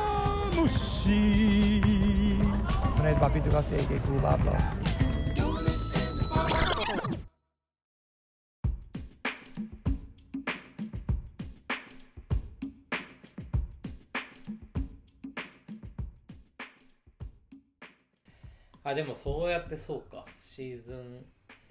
mushi. Meneer papi itu kasih ke ku baba. あ、でもそうやってそうか。シーズン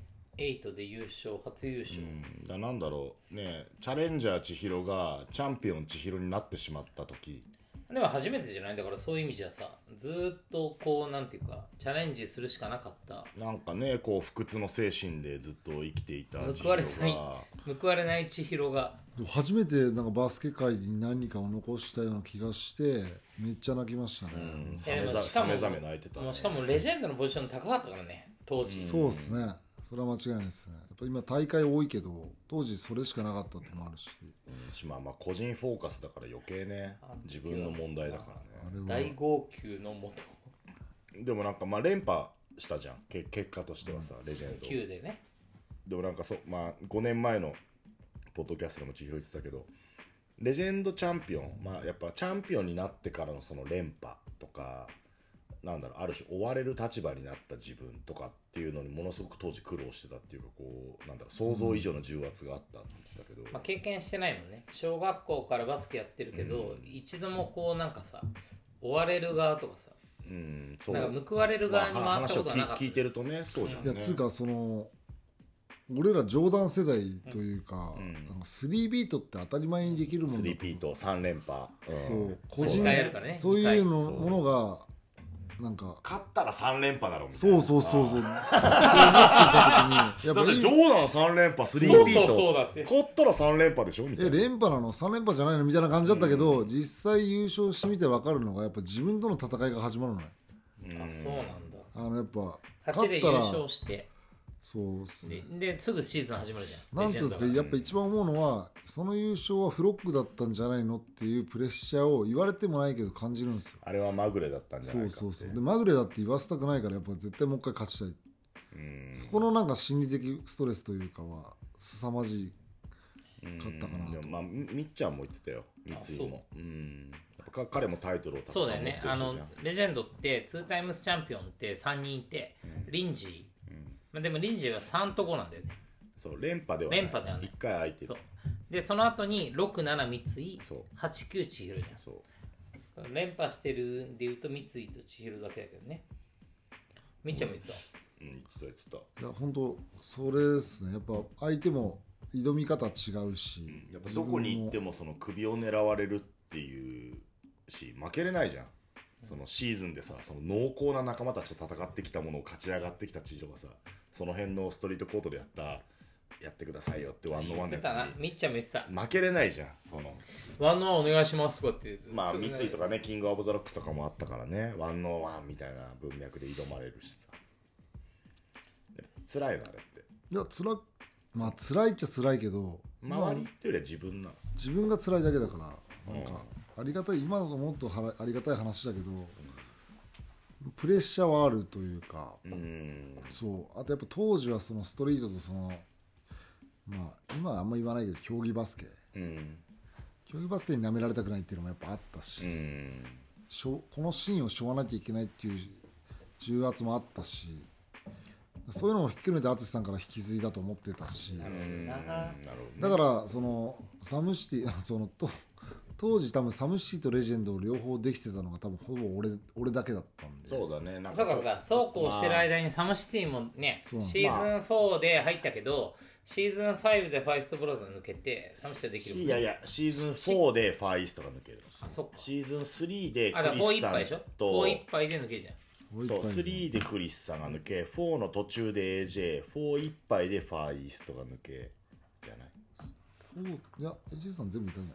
8で優勝、初優勝。 なんだろうね、チャレンジャー千尋がチャンピオン千尋になってしまった時、 でも初めてじゃない。だからそういう意味じゃさ、ずーっとこうなんていうかチャレンジするしかなかった。 なんかね、こう不屈の精神でずっと生きていた千尋報われないが報われない千尋が初めてなんかバスケ界に何かを残したような気がしてめっちゃ泣きましたね、 さめざめ泣いてたね。 もうしかもレジェンドのポジション高かったからね、当時。 そうですね、それは間違いないですね。やっぱ今大会多いけど当時それしかなかったってのもあるし、 まあ個人フォーカスだから余計ね、自分の問題だからね。 大号泣のもとでもなんか連覇したじゃん、結果としてはさ、レジェンド 9でね。 でもなんか5年前のポッドキャストでも千尋言ってたけど、レジェンドチャンピオン、やっぱチャンピオンになってからのその連覇とか、なんだろう、ある種追われる立場になった自分とかっていうのにものすごく当時苦労してたっていうか、こうなんだろう、想像以上の重圧があったって言ってたけど、 経験してないもんね。小学校からバスケやってるけど、一度もこうなんかさ、追われる側とかさ、 そうなんか報われる側に回ったことはなかった。 話を聞いてるとね、そうじゃんね。 いやつうかその俺らジョーダン世代というか、なんか3ビートって当たり前にできるもんだと。 3ピート3連覇、 そう個人やるからね、 そういうのものがなんか勝ったら3連覇だろみたいな。 そうって思ってた時にやっぱだってジョーダン3連覇3ピートそうだって。 勝ったら3連覇でしょみたいな。 連覇なの3連覇じゃないのみたいな感じだったけど、実際優勝してみて分かるのがやっぱ自分との戦いが始まるのね。 そうなんだ。 やっぱ 8で優勝してそうっすね。 ですぐシーズン始まるじゃん。 なんていうんですか、やっぱ一番思うのはその優勝はフロックだったんじゃないのっていうプレッシャーを言われてもないけど感じるんですよ。 あれはまぐれだったんじゃないかって。 そうでまぐれだって言わせたくないからやっぱ絶対もう一回勝ちたい。そこのなんか心理的ストレスというかは凄まじかったかなと。 でもみっちゃんも言ってたよ、三井も。やっぱ彼もタイトルをたくさんそうだ持ってるよね。 人じゃん。 レジェンドって2タイムスチャンピオンって3人いて、リンジー、でもリンジーは3と5なんだよね。 そう連覇ではない。 連覇ではない。 1回空いてる。 でその後に6、7三井、 そう 8、9千尋じゃん。 そう連覇してるんでいうと三井と千尋だけだけどね。みっちゃんも言ってた。 言ってた。 いや本当それですね。やっぱ相手も挑み方違うし、 やっぱどこに行ってもその首を狙われるっていうし、負けれないじゃん。そのシーズンでさ、その濃厚な仲間たちと戦ってきたものを勝ち上がってきた千尋がさ、その辺のストリートコートでやってくださいよってワンノワンのやつみっちゃんも言ってた。 負けれないじゃん。そのワンノワンお願いしますとかって三井とかね、キングオブザロックとかもあったからね、ワンノーワンみたいな文脈で挑まれるしさ、辛いのあれって。 いや辛いっちゃ辛いけど、 周りっていうよりは自分が辛いだけだから、なんかありがたい、今のもっとありがたい話だけど、プレッシャーはあるというか、そうあとやっぱ当時はそのストリートとその今はあんま言わないけど競技バスケ、競技バスケに舐められたくないっていうのもやっぱあったし、このシーンをしょうがなきゃいけないっていう重圧もあったし、そういうのもひっくるめて淳さんから引き継いだと思ってたし、だからそのサムシティ当時多分サムシティとレジェンドを両方できてたのが多分ほぼ俺だけだったんで。 そうだね。なんそうかそうこうしてる間にサムシティもね、シーズン4で入ったけど、シーズン5でファイストブローザー抜けてサムシティできる。 いやシーズン4でファイストが抜ける。シーズン3でクリスさんと 4いっぱいで抜けるじゃん。 そう3でクリスさんが抜け、4の途中で AJ、4いっぱいでファイストが抜けじゃない。 いや AJ さん全部いたんじゃない。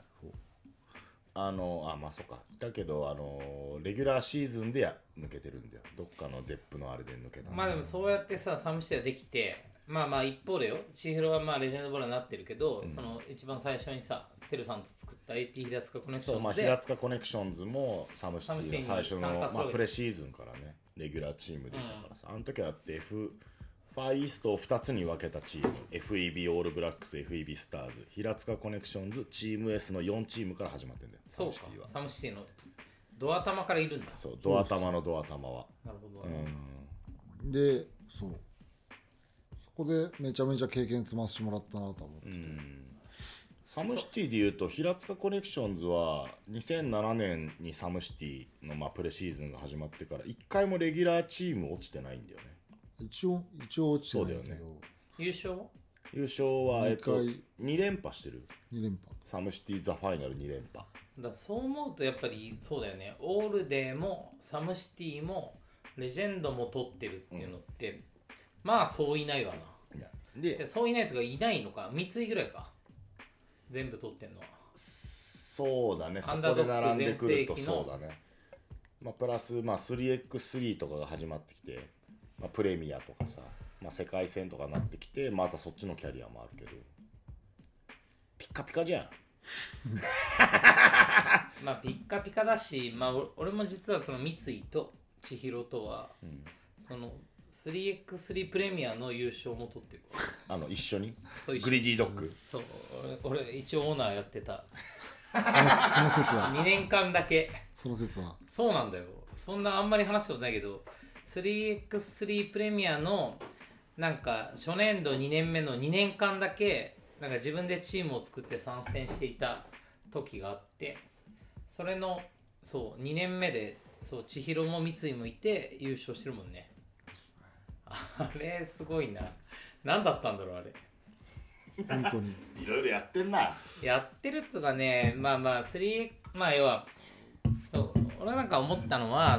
そうか。だけどレギュラーシーズンで抜けてるんだよ。どっかのゼップのあれで抜けた。 でもそうやってさ、サムシティができて、一方でよ、千尋はレジェンドボーラーになってるけど、その一番最初にさ、テルさんと作った AT 平塚コネクションズで、 平塚コネクションズもサムシティの最初のプレシーズンからねレギュラーチームでいたからさ、あの時はだって ファーイーストを2つに分けたチーム FEB オールブラックス FEB スターズ平塚コネクションズチーム S の4チームから始まってんだよ。 そうかサムシティはサムシティのドア玉からいるんだ。 そうドア玉のドア玉はなるほど、 でそうそこでめちゃめちゃ経験積ませてもらったなと思ってて、 サムシティでいうと平塚コネクションズは2007年にサムシティのプレシーズンが始まってから1回もレギュラーチーム落ちてないんだよね。 一応落ちてないけど、 そうだよ優勝優勝は二回 2連覇してる。 2連覇サムシティザファイナル2連覇。 だそう思うとやっぱりそうだよね。オールデーもサムシティもレジェンドも取ってるっていうのって、まあそういないわな。でそういないやつがいないのか三井ぐらいか全部取ってんのは。 そうだね、そこアンダードでック並んでくると全盛期のそうだね。プラス、3x3 とかが始まってきて、プレミアとかさ、世界戦とかになってきて、またそっちのキャリアもあるけど、ピッカピカじゃん。 まあピッカピカだし、俺も実はその三井と千尋とは、その 3x3 プレミアの優勝も取ってるわ。 一緒にそう一緒グリディドッグ。 そう俺一応オーナーやってたその説は 2年間だけ。 その説はそうなんだよ。そんなあんまり話したことないけど 3x3 プレミアのなんか初年度2年目の2年間だけなんか自分でチームを作って参戦していた時があって、それのそう2年目でそう千尋も三井もいて優勝してるもんね。あれすごいな。何だったんだろうあれ。 本当にいろいろやってんな。 やってるっつうかね、要はそう俺なんか思ったのは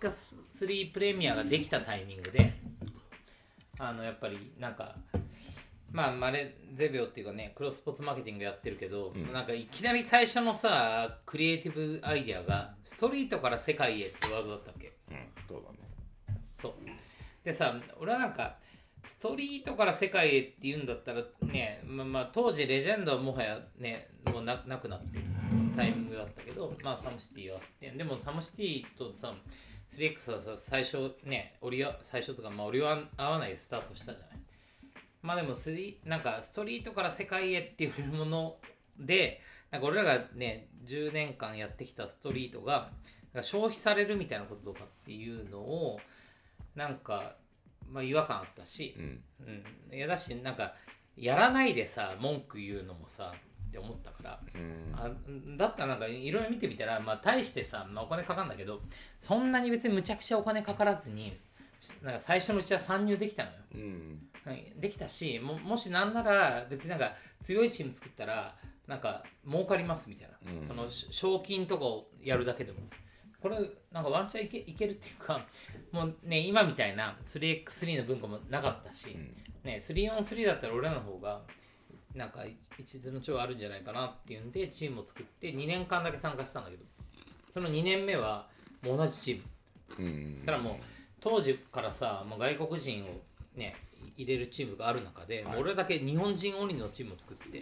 3x3 プレミアができたタイミングでやっぱりなんかマレゼビオっていうかねクロスポーツマーケティングやってるけど、なんかいきなり最初のさクリエイティブアイデアがストリートから世界へってワードだったっけ。 そうだね。 そうでさ、俺はなんかストリートから世界へって言うんだったらね、当時レジェンドはもはやねもうなくなってるタイミングだったけど、サムシティはあって、でもサムシティとさ 3X はさ最初ね最初とか折り合わないでスタートしたじゃない。でもなんかストリートから世界へっていうものでなんか俺らがね10年間やってきたストリートが消費されるみたいなこととかっていうのをなんか違和感あったし、いやだしなんかやらないでさ文句言うのもさって思ったから、だったらなんかいろいろ見てみたら大してさ、お金かかるんだけどそんなに別にむちゃくちゃお金かからずになんか最初のうちは参入できたのよ、できたしもしなんなら別になんか強いチーム作ったらなんか儲かりますみたいな、その賞金とかをやるだけでもこれなんかワンチャンいけるっていうか、もうね今みたいな 3x3 の文化もなかったし、3on3 だったら俺らの方がなんか一途の長あるんじゃないかなっていうんでチームを作って2年間だけ参加したんだけど、その2年目はもう同じチーム、だからもう当時からさもう外国人をね入れるチームがある中で、もう俺だけ日本人オンリーのチームを作って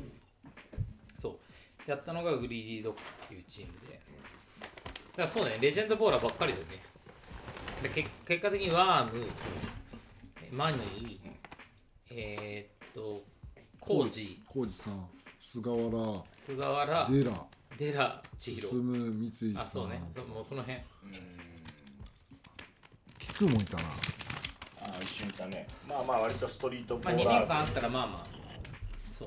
そうやったのがグリーディードッグっていうチームで、だからそうだね、レジェンドボーラーばっかりだよね。で結果的にワーム、マニー、コージさん、菅原、デラ、 千尋、 進三井さん、 そうね、もうその辺。 菊もいたな。 一緒にいたね。割とストリートボーラー。 2年間あったらそう。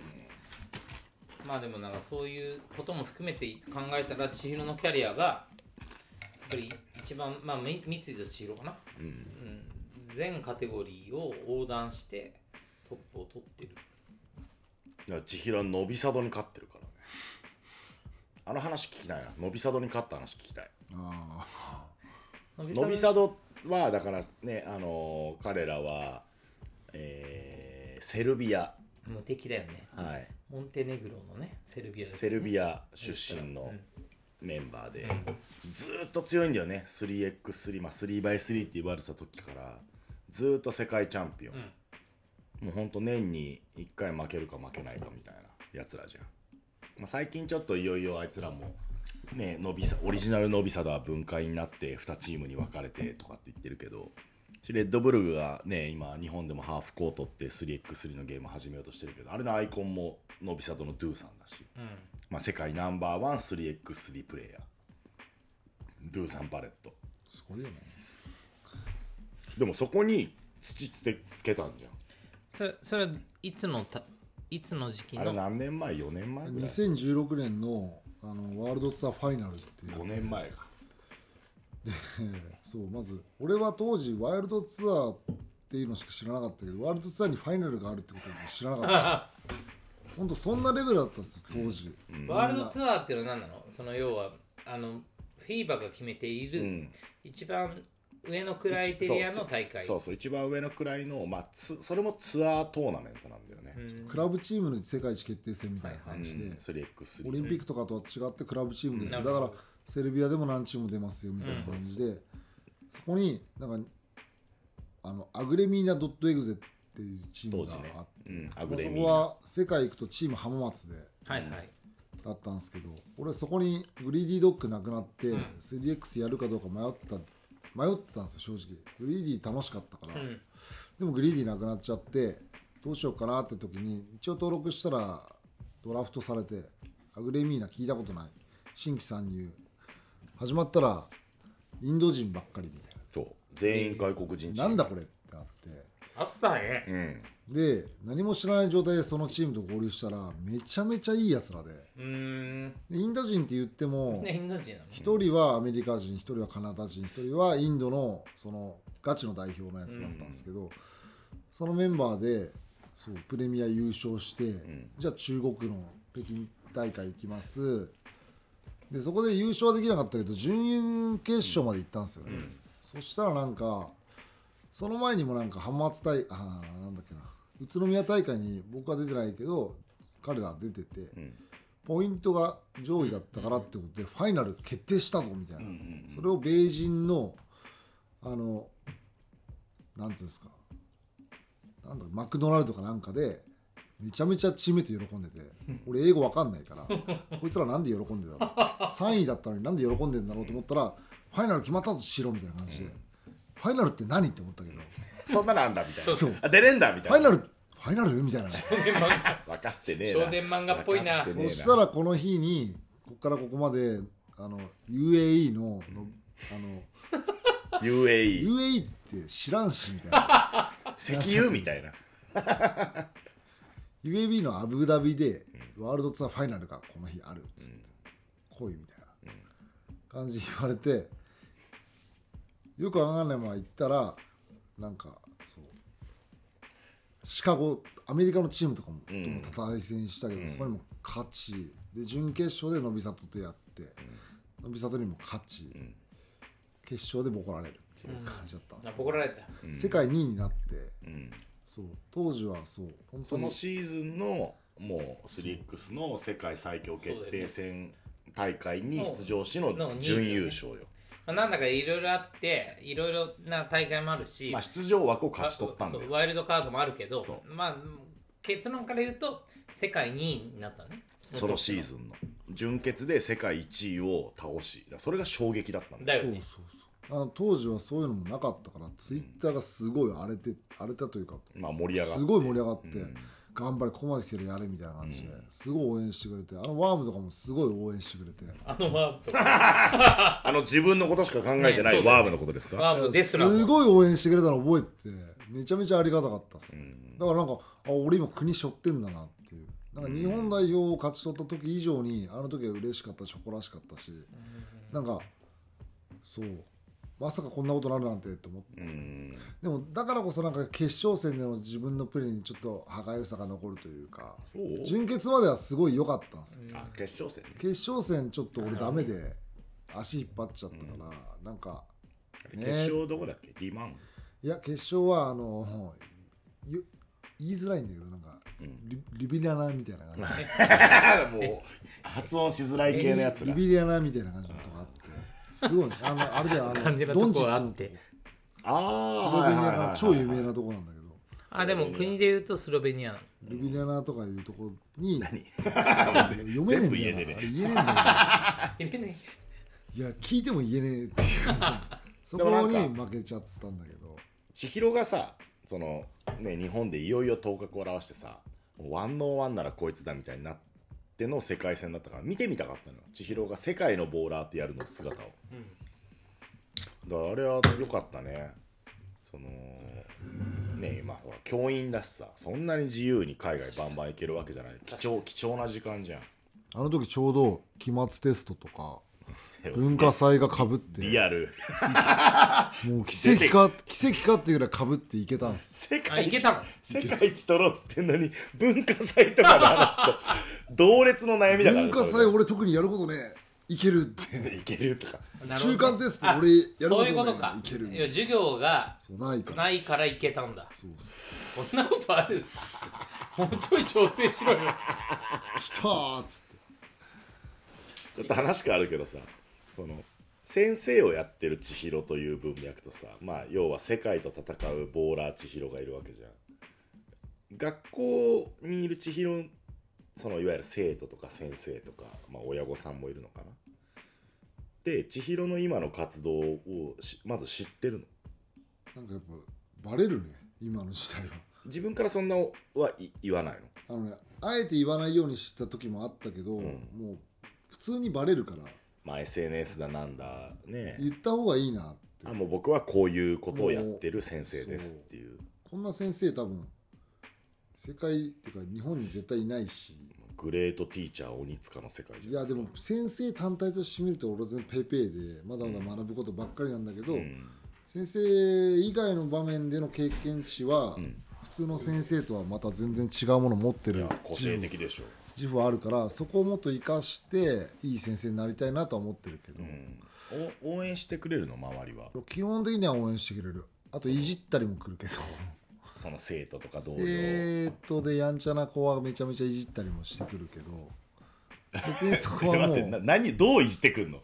でもなんかそういうことも含めて考えたら千尋のキャリアがやっぱり一番三井と千尋かな、全カテゴリーを横断してトップを取ってる。 千尋はノビサドに勝ってるからね。あの話聞きたいな。ノビサドに勝った話聞きたい。ノビサドはだからね、彼らは、セルビア無敵だよね、モンテネグロのねセルビアですね、 セルビア出身のメンバーで、ずーっと強いんだよね。 3x3、3x3 って言われてた時からずーっと世界チャンピオン、もうほんと年に1回負けるか負けないかみたいなやつらじゃん。最近ちょっといよいよあいつらもね、オリジナルノビサダは分解になって2チームに分かれてとかって言ってるけど、レッドブルグがね今日本でもハーフコートって 3x3 のゲーム始めようとしてるけど、あれのアイコンもノビサドのドゥさんだし、まあ、世界ナンバーワン 3x3 プレイヤードゥさんバレットすごいよね。 でもそこに土つけたんじゃん。 それはいつの時期のあれ何年前？4年前ぐらい。 2016年のワールドツアーファイナルっていう 5年前か。 そうまず俺は当時ワイルドツアーっていうのしか知らなかったけど、ワールドツアーにファイナルがあるってことも知らなかった本当そんなレベルだったんですよ当時、 ワールドツアーっていうのは何なの？その要はフィーバーが決めている、一番上のクライテリアの大会。 そう一番上のくらいの、まあ、それもツアートーナメントなんだよね。 クラブチームの世界一決定戦みたいな感じで、 3x3 オリンピックとかとは違ってクラブチームですよ、だからセルビアでも何チーム出ますよみたいな感じで、そこになんかアグレミーナドットエグゼっていうチームがあって、 アグレそミーナこは世界行くとチーム浜松ではいはい。 だったんですけど、俺そこにグリーディードッグなくなって、3X やるかどうか迷ってたんですよ正直。グリーディー楽しかったから、でもグリーディーなくなっちゃってどうしようかなって時に一応登録したらドラフトされて、アグレミーナ聞いたことない新規参入始まったらインド人ばっかりみたいな、 そう全員外国人チームなんだこれってなって、 あったね。 で何も知らない状態でそのチームと合流したらめちゃめちゃいいやつらで、でインド人って言ってもインド人なの 1人はアメリカ人、1人はカナダ人、1人はインドのそのガチの代表のやつだったんですけど、そのメンバーでそうプレミア優勝して、じゃあ中国の北京大会行きます。でそこで優勝はできなかったけど準々決勝まで行ったんですよね、そしたらなんかその前にもなんか浜松なんだっけな、宇都宮大会に僕は出てないけど彼ら出てて、ポイントが上位だったからってことでファイナル決定したぞみたいな、それを米人のなんていうんですか、なんだマクドナルドかなんかでめちゃめちゃチームメイト喜んでて、俺英語わかんないからこいつらなんで喜んでたの3位だったのになんで喜んでんだろうと思ったらファイナル決まったぞしろみたいな感じで、ファイナルって何って思ったけどそんなのあんだみたいな、 そう出れんだみたいな、 ファイナルみたいな分かってねえな、 少年漫画っぽいな。 分かってねえなそしたらこの日にここからここまでUAE の UAE UAE って知らんしみたいな石油みたいな UAB のアブダビでワールドツアーファイナルがこの日あるっつって、来いみたいな感じ言われて、よくわかんないまま行ったらなんかそうシカゴアメリカのチームとかもとも対戦したけど、そこにも勝ちで準決勝でノビサトとやって、ノビサトにも勝ち、決勝でボコられるっていう感じだったんです、 ボコられた。 世界2位になって、そう当時はそう本当にそのシーズンのもう 3X の世界最強決定戦大会に出場しの準優勝よ。 なんだかいろいろあっていろいろな大会もあるし、 まあ出場枠を勝ち取ったんだよ。 ワイルドカードもあるけど、まあ結論から言うと世界2位になったね。 そのシーズンの準決で世界1位を倒し、それが衝撃だったんだよ。 だよね。 当時はそういうのもなかったからツイッターがすごい荒れたというか、 まあ盛り上がってすごい盛り上がって、頑張れここまで来てるやれみたいな感じですごい応援してくれて、ワームとかもすごい応援してくれて、 ワームとか自分のことしか考えてないワームのことですか？ ワームですらすごい応援してくれたの覚えてて、めちゃめちゃありがたかったっす、だからなんか俺今国背負ってんだなっていう、なんか日本代表を勝ち取った時以上にあの時は嬉しかったし誇らしかったし、なんかそうまさかこんなことになるなんてと思って、でもだからこそなんか決勝戦での自分のプレーにちょっと歯がゆさが残るというか、準決まではすごい良かったんですよ、 決勝戦ね。 決勝戦ちょっと俺ダメで足引っ張っちゃったから、なんか、ね、 決勝どこだっけ？リマン？ いや決勝は言いづらいんだけどなんか、リビリアナみたいな感じもう発音しづらい系のやつがリビリアナみたいな感じのとこあってすごいあれで感じのとこがあって、 スロベニアの超有名なとこなんだけど、 あ、でも国で言うとスロベニアなの。 ルビリャナとかいうとこに何読めねえんだよな。 全部言えねえねあれ言えねえんだよな。 入れねいや聞いても言えねえっていうそこに負けちゃったんだけど、 千尋がさそのね日本でいよいよ頭角を現してさワンノーワンならこいつだみたいになっての世界戦だったから見てみたかったのよ、千尋が世界のボーラーってやるの姿を、だからあれは良かったね。そのね今ほら教員だしさ、そんなに自由に海外バンバン行けるわけじゃない。貴重な時間じゃん。 あの時ちょうど期末テストとか文化祭がかぶってリアルもう奇跡かっていうぐらいかぶっていけたんです世界あ、いけたの。 世界一取ろうっつってんのに文化祭とかの話と同列の悩みだからね。 文化祭俺特にやることねいけるっていけるとかなるほど中間テスト俺やることそうねいうことか。 いけるいや授業がそうないからないからいけたんだ。 そうっすこんなことあるもうちょい調整しろよ。 来たーっつってちょっと話変わるけどさ、その先生をやってる千尋という文脈とさ、まあ要は世界と戦うボーラー千尋がいるわけじゃん。学校にいる千尋、そのいわゆる生徒とか先生とか、まあ、親御さんもいるのかな。で千尋の今の活動をまず知ってるの？ なんかやっぱバレるね今の時代は。 自分からそんな言わないの？ あえて言わないようにした時もあったけど、もう普通にバレるからまあ SNS だなんだね。 言った方がいいなって。 もう僕はこういうことをやってる先生ですっていう。 こんな先生多分世界っていうか日本に絶対いないし。 グレートティーチャー鬼塚の世界じゃないですか。 いやでも先生単体として見ると俺は全然ペイペイでまだまだ学ぶことばっかりなんだけど、先生以外の場面での経験値は、普通の先生とはまた全然違うものを持ってる個性的でしょ。 自負はあるからそこをもっと生かしていい先生になりたいなとは思ってるけど、 応援してくれるの周りは？ 基本的には応援してくれる。あといじったりも来るけどその生徒とか同僚、 生徒でやんちゃな子はめちゃめちゃいじったりもしてくるけど別にそこはもう待ってどういじってくんの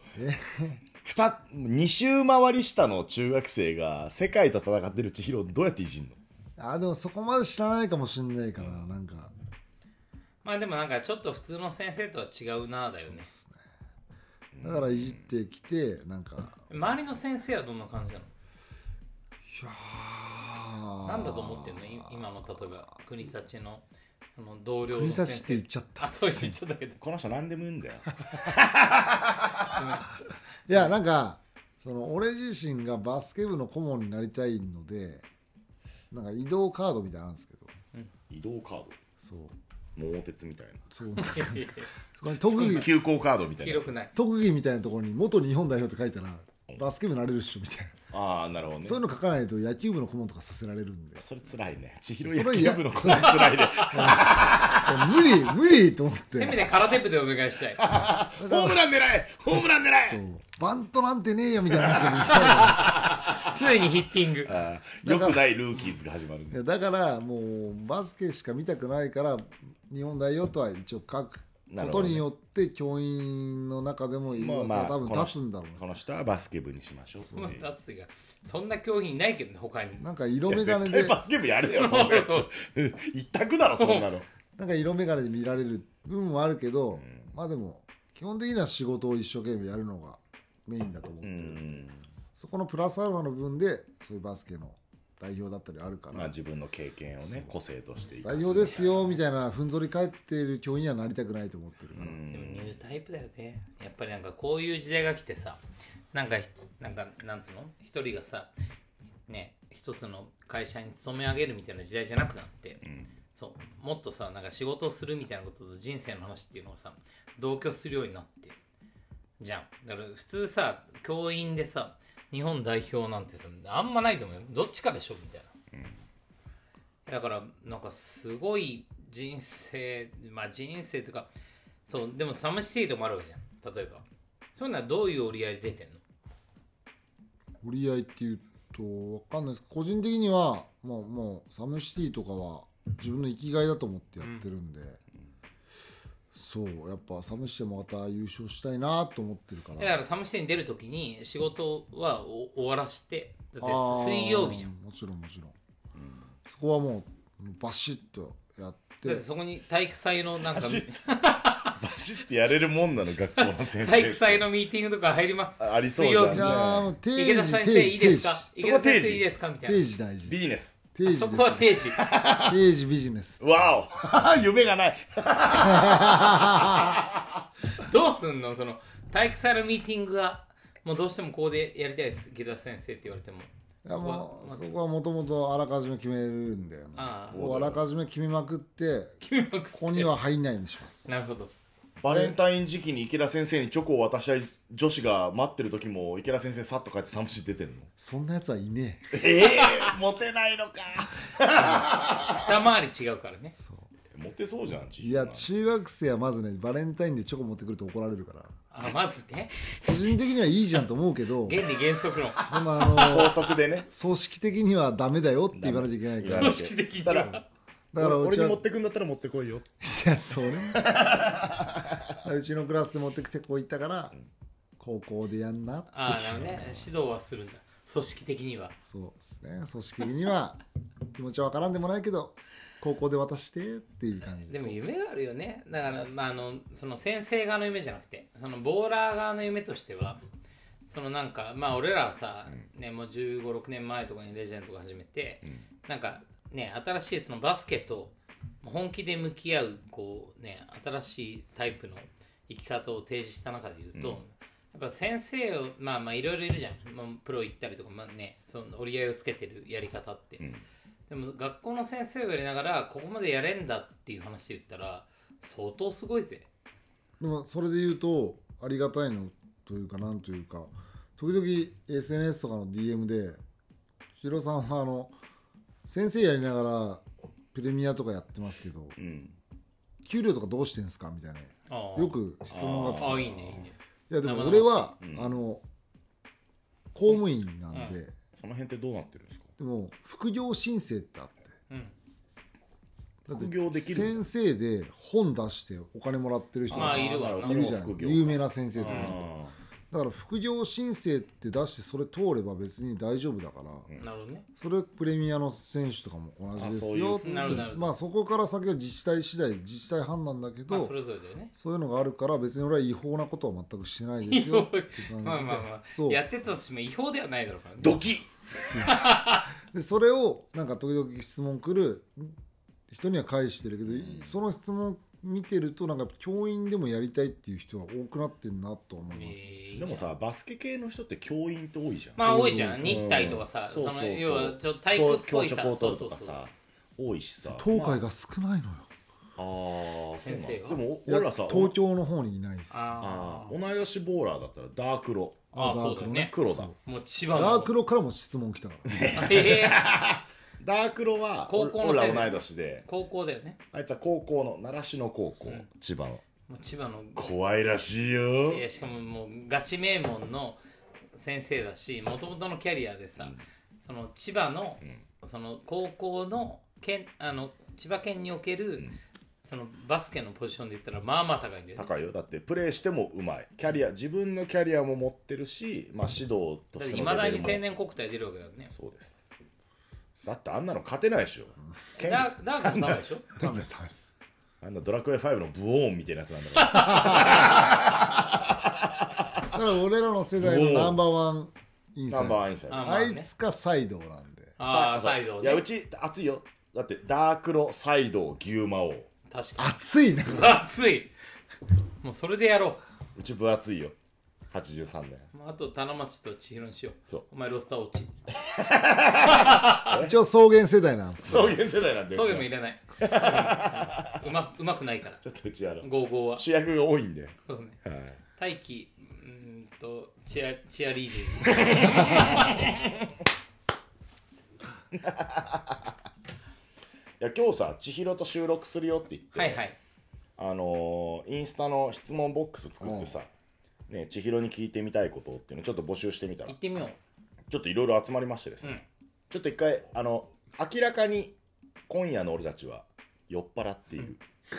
？2周回り下の中学生が世界と戦ってる千尋をどうやっていじんの？ でもそこまで知らないかもしれないからなんかまあでもなんかちょっと普通の先生とは違うなだよね。 だからいじってきてなんか周りの先生はどんな感じなの？ いやなんだと思ってんの今の例えば国立のその同僚の国先生。 立って言っちゃったあ、そう言っちゃったけど。 この人何でも言うんだよいやなんかその俺自身がバスケ部の顧問になりたいのでなんか移動カードみたいなのあるんですけど、 移動カード、 そう桃鉄みたいな、 そうそこに特技急行カードみたいな。 広くない。 特技みたいなところに元日本代表って書いたらバスケ部なれるっしょみたいな、 ああなるほどね。 そういうの書かないと野球部の顧問とかさせられるんでそれ辛いね。千尋それ野球部の子は辛いね。 無理と思ってせめて空手部でお願いしたい。 ホームラン狙えホームラン狙え。 そうバントなんてねえよみたいな話ができない常にヒッティング。 よくないルーキーズが始まるね。 だからもうバスケしか見たくないから日本代表とは一応書くことによって教員の中でも今さ多分立つんだろうね。 この人はバスケ部にしましょう。 立つがそんな競技いないけどね他に。 なんか色眼鏡で絶対バスケ部やれよそんなやつ。一択だろそんなの。 なんか色眼鏡で見られる部分もあるけど、まあでも基本的には仕事を一生懸命やるのがメインだと思ってる。そこのプラスアルファの部分でそういうバスケの代表だったりあるから、 まあ自分の経験をね個性として代表ですよみたいなふんぞり返っている教員にはなりたくないと思ってるから、 でもニュータイプだよね。やっぱりなんかこういう時代が来てさ、なんつうの一人がさね一つの会社に勤め上げるみたいな時代じゃなくなって、そうもっとさなんか仕事をするみたいなことと人生の話っていうのをさ同居するようになってじゃん。だから普通さ教員でさ日本代表なんてさあんまないと思うよ。どっちかでしょみたいな、だからなんかすごい人生とかそうでもサムシティともあるわけじゃん。例えばそういうのはどういう折り合いで出てんの？ 折り合いっていうと分かんないですけど個人的にはもうサムシティとかは自分の生きがいだと思ってやってるんで、そうやっぱサムシティもまた優勝したいなと思ってるから。 だからサムシティに出るときに仕事は終わらしてだって水曜日じゃん。 もちろんそこはもうバシッとやっだっててそこに体育祭のなんかバシッてやれるもんなの学校の先生体育祭のミーティングとか入ります。 ありそうじゃん水曜日いやーもう定時池田先生いいですか、 定時池田先生いいですかみたいな。 定時大事ビジネス定時ですそこは定時。 定時ビジネスわお夢がないどうすんのその体育祭のミーティングがもうどうしてもここでやりたいです池田先生って言われても。 いやもうそこはもともとあらかじめ決めるんだよねああここあらかじめ決めまくって決めまくってここには入んないようにしますなるほど。 バレンタイン時期に池田先生にチョコを渡したい女子が待ってる時も池田先生さっと帰ってサムシ出てんのそんなやつはいねモテないのか二回り違うからね。 えそうモテそうじゃんいや中学生はまずねバレンタインでチョコ持ってくると怒られるからあ、まずね、 個人的にはいいじゃんと思うけどで原理原則論。 も高速でね組織的にはダメだよって言わなきゃいけないからダメ組織的には。 だからだからうちは俺に持ってくんだったら持ってこいよいやそれうちのクラスで持ってきてこう言ったから高校でやんなってああ、なるほどね。指導はするんだ。組織的には。 そうですね組織的には気持ちは分からんでもないけど高校で渡してっていう感じでも夢があるよね。だから、その先生側の夢じゃなくて、そのボーラー側の夢としては、そのなんか、俺らはさ、ね、もう15、6年前とかにレジェンドが始めて、なんかね、新しいそのバスケと本気で向き合う、こうね、新しいタイプの生き方を提示した中で言うと、やっぱ先生を、いろいろいるじゃん。プロ行ったりとか、その折り合いをつけてるやり方って。でも学校の先生をやりながらここまでやれんだっていう話で言ったら相当すごいぜ。 でもそれで言うとありがたいのというかなんというか時々 SNS とかの DM で千尋さんは先生やりながらプレミアとかやってますけど、給料とかどうしてんすかみたいなよく質問が来てああいいねいいね。 いやでも俺は、 生公務員なんで、 その辺ってどうなってるんですかでも副業申請ってあってだって副業できる先生で本出してお金もらってる人がいるわいるじゃん副業有名な先生とかあだから副業申請って出してそれ通れば別に大丈夫だから、 なるほどね。 それプレミアの選手とかも同じですよってなるほどなるほど。 そこから先は自治体次第自治体判断だけど、 それぞれだよね。 そういうのがあるから別に俺は違法なことは全くしてないですよっていう感じでそうやってたとしても違法ではないだろうからね。 ドキでそれをなんか時々質問来る人には返してるけど、その質問見てるとなんか教員でもやりたいっていう人が多くなってるなと思います、 でもさバスケ系の人って教員って多いじゃん多いじゃん。日体とかさ、 そうそうそう要はちょっと体育っぽいさ、 教職を取るとかさ多いしさ東海が少ないのよ、 ああ先生がでもいや俺らさ東京の方にいないです同い年ボーラーだったらダークロそうだよね。 黒だもう千葉のダークロからも質問来たからダークロは高校の俺世代ら同い年で高校だよね。 あいつは高校の習志野高校千葉のもう千葉の怖いらしいよいやしかももうガチ名門の先生だし、もともとのキャリアでさ、その千葉の、その高校の県千葉県における、そのバスケのポジションで言ったらまあまあ高いんだよね。 高いよだってプレーしてもうまいキャリア自分のキャリアも持ってるし、指導としてのいまだにレベルも青年国体出るわけだよね。 そうですだってあんなの勝てないでしょダークもダメでしょ。 ダメですダメですあんなドラクエ5のブオーンみたいなやつなんだからだから俺らの世代のナンバーワンインサイナンバーワンインサイドあいつかサイドなんでサイドね。 いやうち熱いよだってダークロサイド牛魔王確かに熱いね熱い。もうそれでやろうち分厚いよ83年う。あと棚町と千尋にしよう。 そうお前ロスター落ち。 一応草原世代なんです草原世代なんでそうでも入れない。うまくないから。 ちょっとうち 55は。 主役が多いんで、 そうね。 はい大輝チアリーデいや今日さ千尋と収録するよって言って、 はいはい。 インスタの質問ボックス作ってさ、ね、千尋に聞いてみたいことっていうのをちょっと募集してみたら行ってみよう。 ちょっといろいろ集まりましてですね、ちょっと一回明らかに今夜の俺たちは酔っ払っている、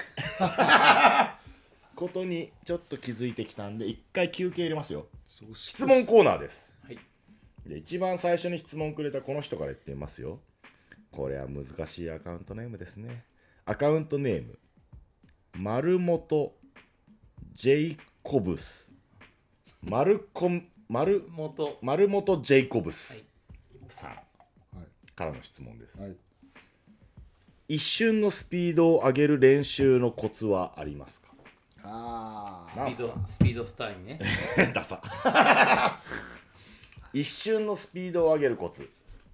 ことにちょっと気づいてきたんで一回休憩入れますよ。質問コーナーです。 はい。 で一番最初に質問くれたこの人から言ってみますよ。 これは難しいアカウントネームですね。アカウントネーム丸本ジェイコブス丸本ジェイコブスさんからの質問です、 はい、 一瞬のスピードを上げる練習のコツはありますか？ スピードスターにねダサ一瞬のスピードを上げるコツ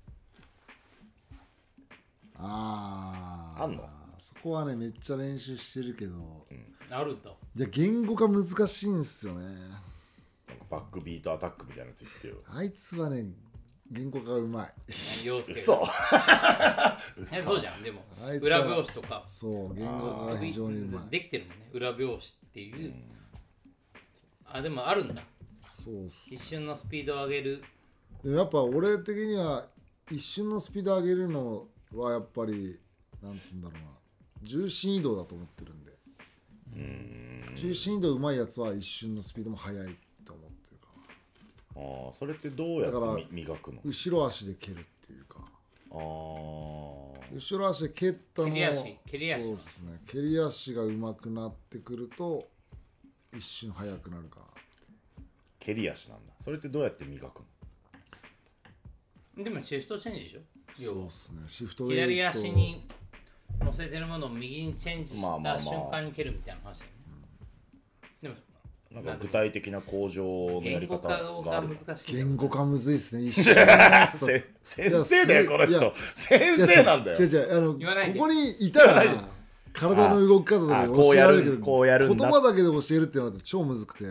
あんの？ そこはねめっちゃ練習してるけど、 あるんだ。 いや言語化難しいんすよね。 バックビートアタックみたいなやつ言ってよ。 あいつはね言語化がうまい。 陽介そうそうじゃん。でも裏表紙とかそう言語化が非常にうまい。 できてるもんね。裏表紙っていう、でもあるんだ。 そうっす。 一瞬のスピードを上げる。 でもやっぱ俺的には一瞬のスピードを上げるのはやっぱりなんつうんだろうな、重心移動だと思ってるんで、重心移動うまいやつは一瞬のスピードも速いと思ってるかな。それってどうやって磨くの？ 後ろ足で蹴るっていうか、後ろ足で蹴ったのを蹴り足そうですね、蹴り足がうまくなってくると一瞬速くなるかな。 蹴り足なんだ。それってどうやって磨くの？ でもシフトチェンジでしょ。 そうですね、シフトウェイ左足に乗せてるものを右にチェンジした瞬間に蹴るみたいな話だよね。でもなんか具体的な向上のやり方がある。 言語化むずいっすね。一瞬先生だよこの人。先生なんだよ。 ここにいたら体の動き方とか教えられるけど、言葉だけで教えるってなると超むずくて。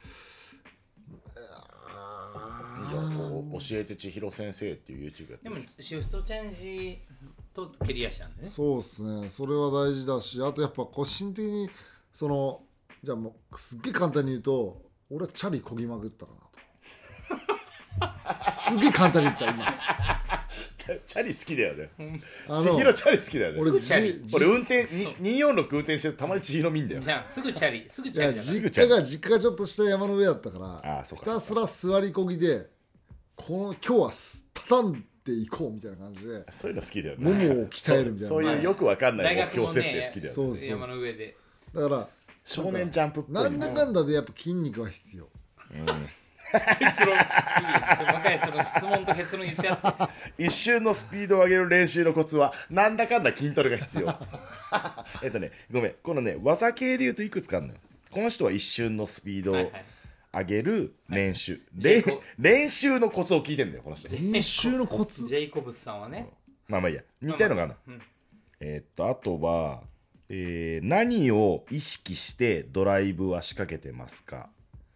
教えて千尋先生っていう YouTube やってる。 でもシフトチェンジと蹴り足なんだね。 そうっすね、それは大事だし、あとやっぱ個人的にそのじゃあもうすっげえ簡単に言うと、俺はチャリこぎまくったかなとすっげえ簡単に言った今チャリ好きだよね。千尋チャリ好きだよね。俺運転246運転してたまに千尋見んだよ。 じゃあすぐチャリ実家がちょっとした山の上だったからひたすら座りこぎで今日は畳んでいこうみたいな感じで、 そういうの好きだよね。 ももを鍛えるみたいな、 そういうよくわかんない目標設定好きだよね。 そうそう、 山の上でだから少年ジャンプっぽいなんだかんだでやっぱ筋肉は必要。 結論いいよ。その質問と結論言ってやって一瞬のスピードを上げる練習のコツはなんだかんだ筋トレが必要ごめん、このね技系で言うといくつかあるのよ。この人は一瞬のスピードを上げる練習、練習のコツを聞いてんだよこの人。 練習のコツジェイコブスさんはね、 まあいいや、似たいのがあるの。あとは何を意識してドライブは仕掛けてますか？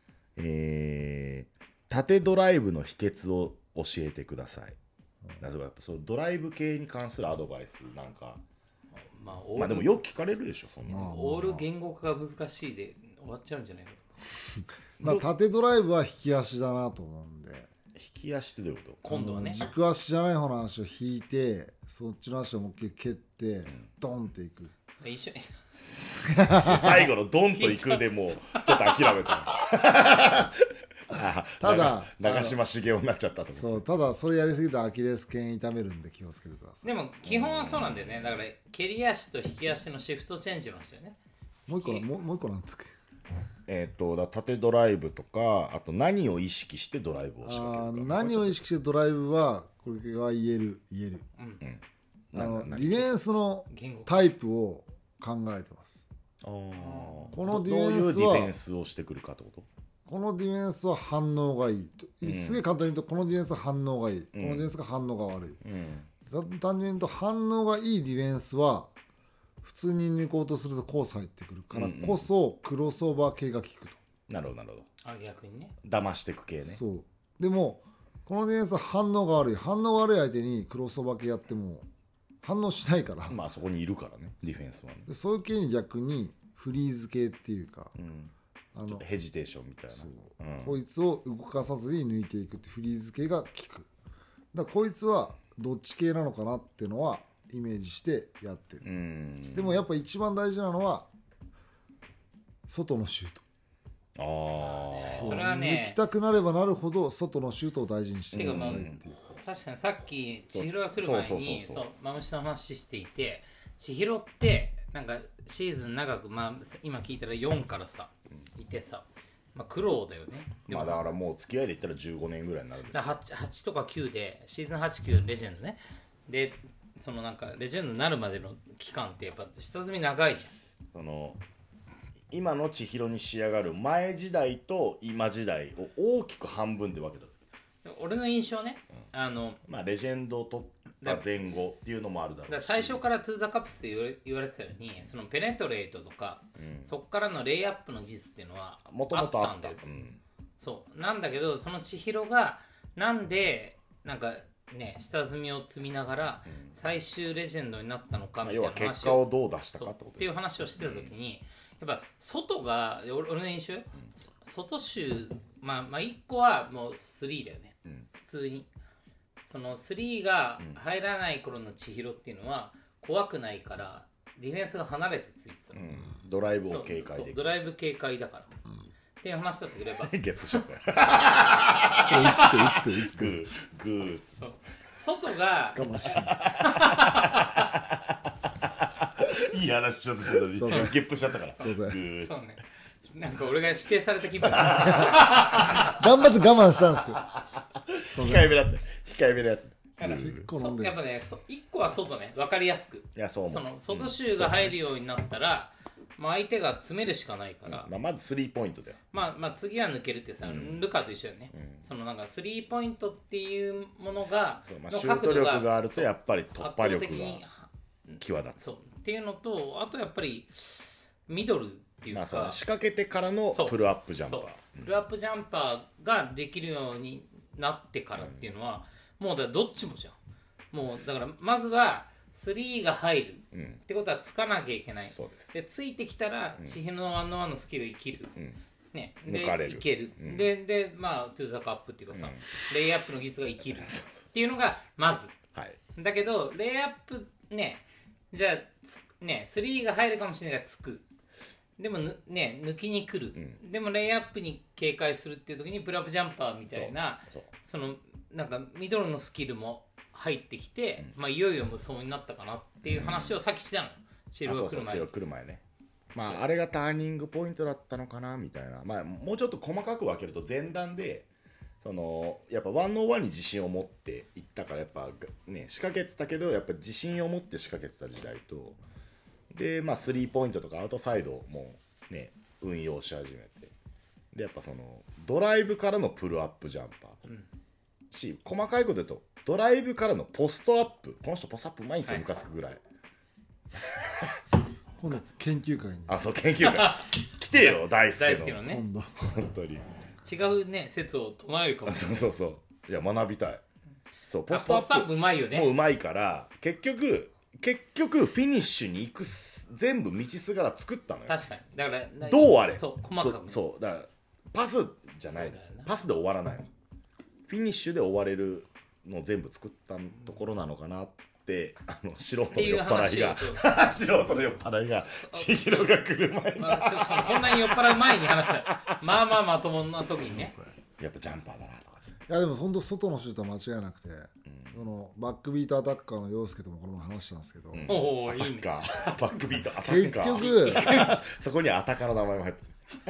縦ドライブの秘訣を教えてください。例えばそのドライブ系に関するアドバイスなんか、まあでもよく聞かれるでしょそんな。 オール言語化が難しいで終わっちゃうんじゃないかとまあ縦ドライブは引き足だなと思うんで。 引き足ってどういうこと？ 今度はね軸足じゃない方の足を引いてそっちの足をもう一回蹴ってドンっていく。 一緒に最後のドンといくでもうちょっと諦めたただ長嶋茂雄になっちゃったと。 そう、ただそれやりすぎるとアキレス腱痛めるんで気をつけてください。 でも基本はそうなんだよね。だから蹴り足と引き足のシフトチェンジなんですよね。 もう一個なんですか。 だ縦ドライブとか、あと何を意識してドライブを仕掛けるか。 何を意識してドライブはこれは言える、ディフェンスのタイプを考えてます。 このディフェンスはどういうディフェンスをしてくるかってこと？ このディフェンスは反応がいいと、すげえ簡単に言うとこのディフェンスは反応がいい、このディフェンスが反応が悪い、単純に言うと反応がいいディフェンスは普通に抜こうとするとコース入ってくるからこそクロスオーバー系が効くと。 なるほどなるほど。 逆にね騙していく系ね。 そうでもこのディフェンスは反応が悪い相手にクロスオーバー系やっても反応しないから、 まあそこにいるからねディフェンスはね。 でそういう系に逆にフリーズ系っていうか、 ちょっとヘジテーションみたいな。 こいつを動かさずに抜いていくってフリーズ系が効く。だからこいつはどっち系なのかなっていうのはイメージしてやってる。でもやっぱ一番大事なのは外のシュート。 それはね、 抜きたくなればなるほど外のシュートを大事にしてくださいっていう。 確かにさっき千尋が来る前にそうそうマムシの話していて、千尋ってなんかシーズン長く、まあ、今聞いたら4からさいてさ、まあ、苦労だよね。でもまあだからもう付き合いで言ったら15年ぐらいになるんですよ。 8とか9でシーズン8、9レジェンドね。でそのなんかレジェンドになるまでの期間ってやっぱ下積み長いじその今の千尋に仕上がる前時代と今時代を大きく半分で分けた。 ゃん。俺の印象ね、 まあレジェンドを取った前後っていうのもあるだろうし、 だから最初からトゥーザカップスって言われてたように、そのペネトレートとか、そこからのレイアップの技術っていうのはもともとあったんだよ。そうなんだけど、その千尋がなんでなんかね下積みを積みながら最終レジェンドになったのかみたい要はな話を、 結果をどう出したかってことっていう話をしてた時に、やっぱ外が俺の印象よ、外州、まあ1個はもう3だよね、普通にその3が入らない頃の千尋っていうのは怖くないからディフェンスが離れてついてたの、 ドライブを警戒そうできる。 ドライブ警戒だから、っていう話だったけどやっぱゲットしちゃったよ。 いつってグーそう外が我慢していい話しようとしてたのにそうゲップしちゃったから。 そうそうグーそうね、なんか俺が指定された気分頑張って我慢したんですけど控えめだったよ。控えめなやつ。 だから結構飲んでるやっぱね、1個は外ね、分かりやすく、 いやそう思う。 その外シューが入るようになったら、まあ、相手が詰めるしかないから、 まず3ポイントだよ。 まあ次は抜けるってさ、ルカと一緒よね、そのなんかスリーポイントっていうものが、 そうのシュート力があるとそうやっぱり突破力が圧倒的に際立つ。 そうっていうのと、あとやっぱりミドルっていうか、 その仕掛けてからのプルアップジャンパそうー。 プルアップジャンパーができるようになってからっていうのは、もうだからどっちもじゃん。もうだからまずは3が入るってことはつかなきゃいけない、 そうです。 でついてきたら千尋のワンのワンのスキル生きる、ね、で抜かれるいける、でまあトゥーザカップっていうかさ、レイアップの技術が生きるっていうのがまずはい。 だけどレイアップね、じゃあね3が入るかもしれないからつく、でもね抜きに来る、でもレイアップに警戒するっていう時にプルアップジャンパーみたいな、 そうそのなんかミドルのスキルも入ってきて、まあいよいよ無双になったかなっていう話をさっきしたの、チルが来る前に。 来る前ね。まああれがターニングポイントだったのかなみたいな。まあもうちょっと細かく分けると前段でそのやっぱ101に自信を持っていったから、やっぱね仕掛けてたけどやっぱ自信を持って仕掛けてた時代と、でまあスリーポイントとかアウトサイドもね運用し始めて、でやっぱそのドライブからのプルアップジャンパー、し細かいこと言うとドライブからのポストアップ、この人ポストアップうまいんですよ、ムカつくぐらい。 今度研究会にあ、そう研究会来てよ大大輔の好きのね、 今度本当に違うね説を唱えるかもしれない。 そういや学びたい。そうポポストアップストアップうまいよね。 もううまいから結局フィニッシュに行く全部道すがら作ったのよ。 確かに。だからどうあれそう細かく。 そうだからパスじゃないそうだよなパスで終わらないの。フィニッシュで終われるのを全部作ったところなのかなって素人の酔っ払いが素人の酔っ払いが千尋が来る前にまあ、そのこんなに酔っ払う前に話したよ。まあまともな時にね。 やっぱジャンパーだなとかっつって。 いやでも本当外のシュートは間違いなくて、そのバックビートアタッカーの陽介ともこの前話したんですけど、 おおいいね。 アタッカーバックビートアタッ結カー局そこにアタカの名前も入ってる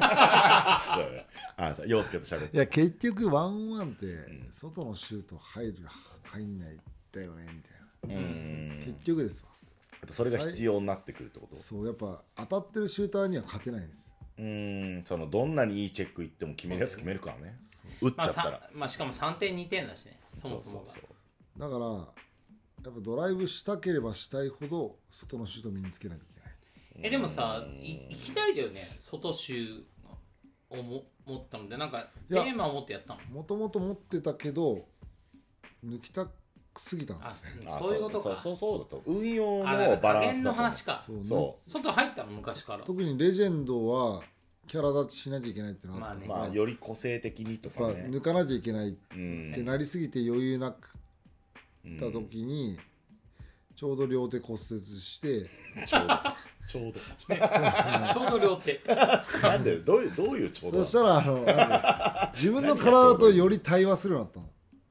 あさ陽介と喋っていや結局1-1って外のシュート入んないだよねみたいな、結局ですわ。 やっぱそれが必要になってくるってこと。 そうやっぱ当たってるシューターには勝てないんです。 そのどんなにいいチェックいっても決めるやつ決めるからね。打っちゃったら、 まあしかも3点2点だしね、そもそもが。 だからやっぱドライブしたければしたいほど外のシュートを身につけなきゃいけない。 でもさ、いきなりだよね、外シューを持ったので、なんかテーマを持ってやったの。 もともと持ってたけど抜きたすぎたんであす。 そういうことか。 そうだと運用のあ、だからバラン加減のスだと思う。 話か。 そう外入ったの昔から。 特にレジェンドはキャラ立ちしなきゃいけないってのがあって、 まあより個性的にとかね。 抜かなきゃいけないってなりすぎて余裕なくた時にちょうど両手骨折してちょうどちょうど両手。 なんでどういうちょうどそしたらなんか自分の体とより対話するようになったの。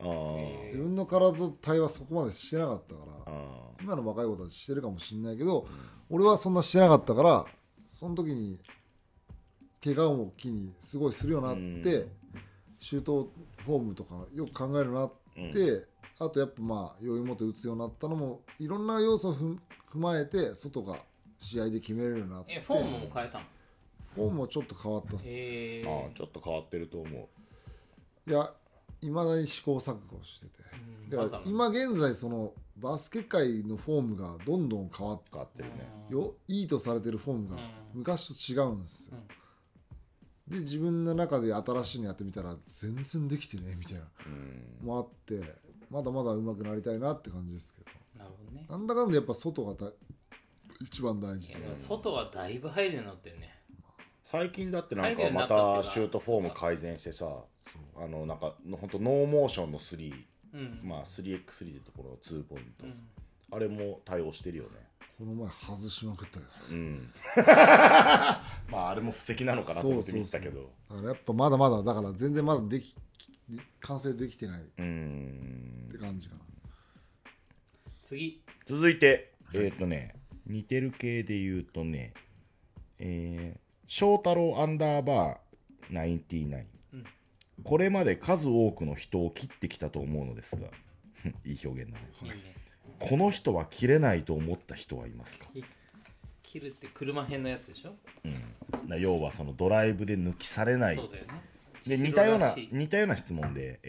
あー自分の体と対話そこまでしてなかったから今の若い子たちしてるかもしれないけど、俺はそんなしてなかったからその時に怪我を機にすごいするようになって、シュートフォームとかよく考えるようになって、あとやっぱまあ余裕持って打つようになったのもいろんな要素を踏まえて外が試合で決めれるようになって、 フォームも変えたの？ フォームもちょっと変わったっす、 ちょっと変わってると思う。 いやいまだに試行錯誤してて、だから今現在そのバスケ界のフォームがどんどん変わってるね。 いいとされてるフォームが昔と違うんですよ、で自分の中で新しいのやってみたら全然できてねみたいなもあってまだまだ上手くなりたいなって感じですけど、 なるほどね。 なんだかんだやっぱ外が一番大事です、 外はだいぶ入るようになってるね。 最近だってなんかまたシュートフォーム改善してさ、なんか本当ノーモーションの3、まあ 3x3 でいうところの2ポイント、あれも対応してるよね。 この前外しまくったよ、 まああれも布石なのかなと思って見てたけど、 だからやっぱまだまだだから全然まだ完成できてないって感じかな。 続いて似てる系で言うとね、翔太郎アンダーバー99、これまで数多くの人を切ってきたと思うのですがいい表現だね、この人は切れないと思った人はいますか？ 切るって車編のやつでしょ。 要はそのドライブで抜きされない。 そうだよね。 で似たような質問で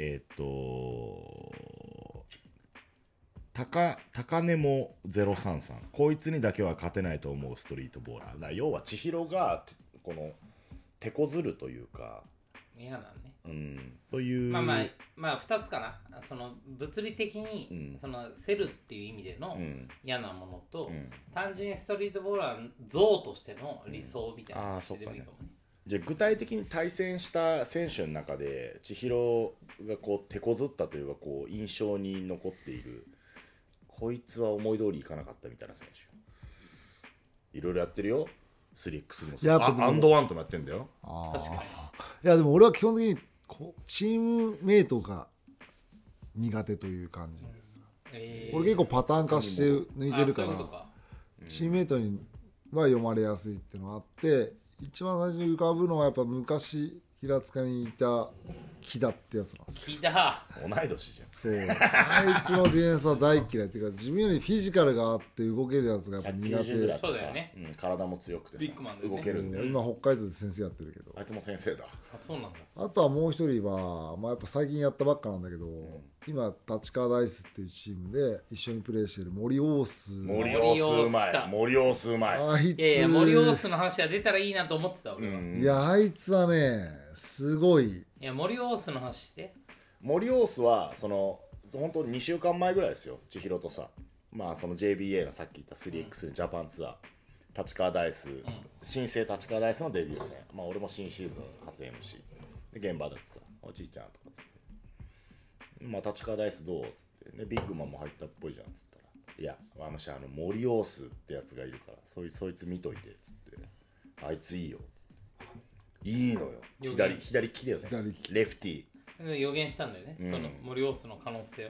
高根も033、こいつにだけは勝てないと思うストリートボーラー。要は千尋がこの手こずるというか嫌なんね、 という、 まあ2つかな。その物理的に、その競るっていう意味での嫌なものと、単純にストリートボーラー像としての理想みたいな話でもいいかもね。 じゃあ具体的に対戦した選手の中で千尋がこう手こずったというかこう印象に残っている、こいつは思い通りいかなかったみたいな選手いろいろやってるよ。3x3 もそうアンドワンともやってんだよ。 確かに。 いやでも俺は基本的にチームメイトが苦手という感じです、俺結構パターン化して抜いてるからチームメイトには読まれやすいっていうのがあって、一番最初に浮かぶのはやっぱ昔平塚にいた木田ってやつなんですよ。 木田同い年じゃん。 そうあいつのディフェンスは大嫌いっていうか、自分よりフィジカルがあって動けるやつがやっぱ苦手。 190ぐらいそうだよね、 体も強くてさビッグマンですね、 動けるんだよ。 今北海道で先生やってるけど、 あいつも先生だ。 あ、そうなんだ。 あとはもう一人は、まあ、やっぱ最近やったばっかなんだけど、今立川ダイスっていうチームで一緒にプレーしてる森オース。 森オースうまい。森オースうまい。 あいつ、 いや森オースの話が出たらいいなと思ってた俺は、 いやあいつはねすごい。 いや森オースの話して。 森オースはその本当2週間前ぐらいですよ、千尋とさ、まあその JBA のさっき言った 3x ジャパンツアー、立川ダイス、新生立川ダイスのデビュー戦、まあ俺も新シーズン初 MC で現場だってさ、おじいちゃんとかっつって、まあ立川ダイスどうっつって、ね、ビッグマンも入ったっぽいじゃんっつったら、いや森オースってやつがいるからそいつ見といてっつって、あいついいよ、いいのよ、左利きだよね、レフティー予言したんだよね、その森オースの可能性を。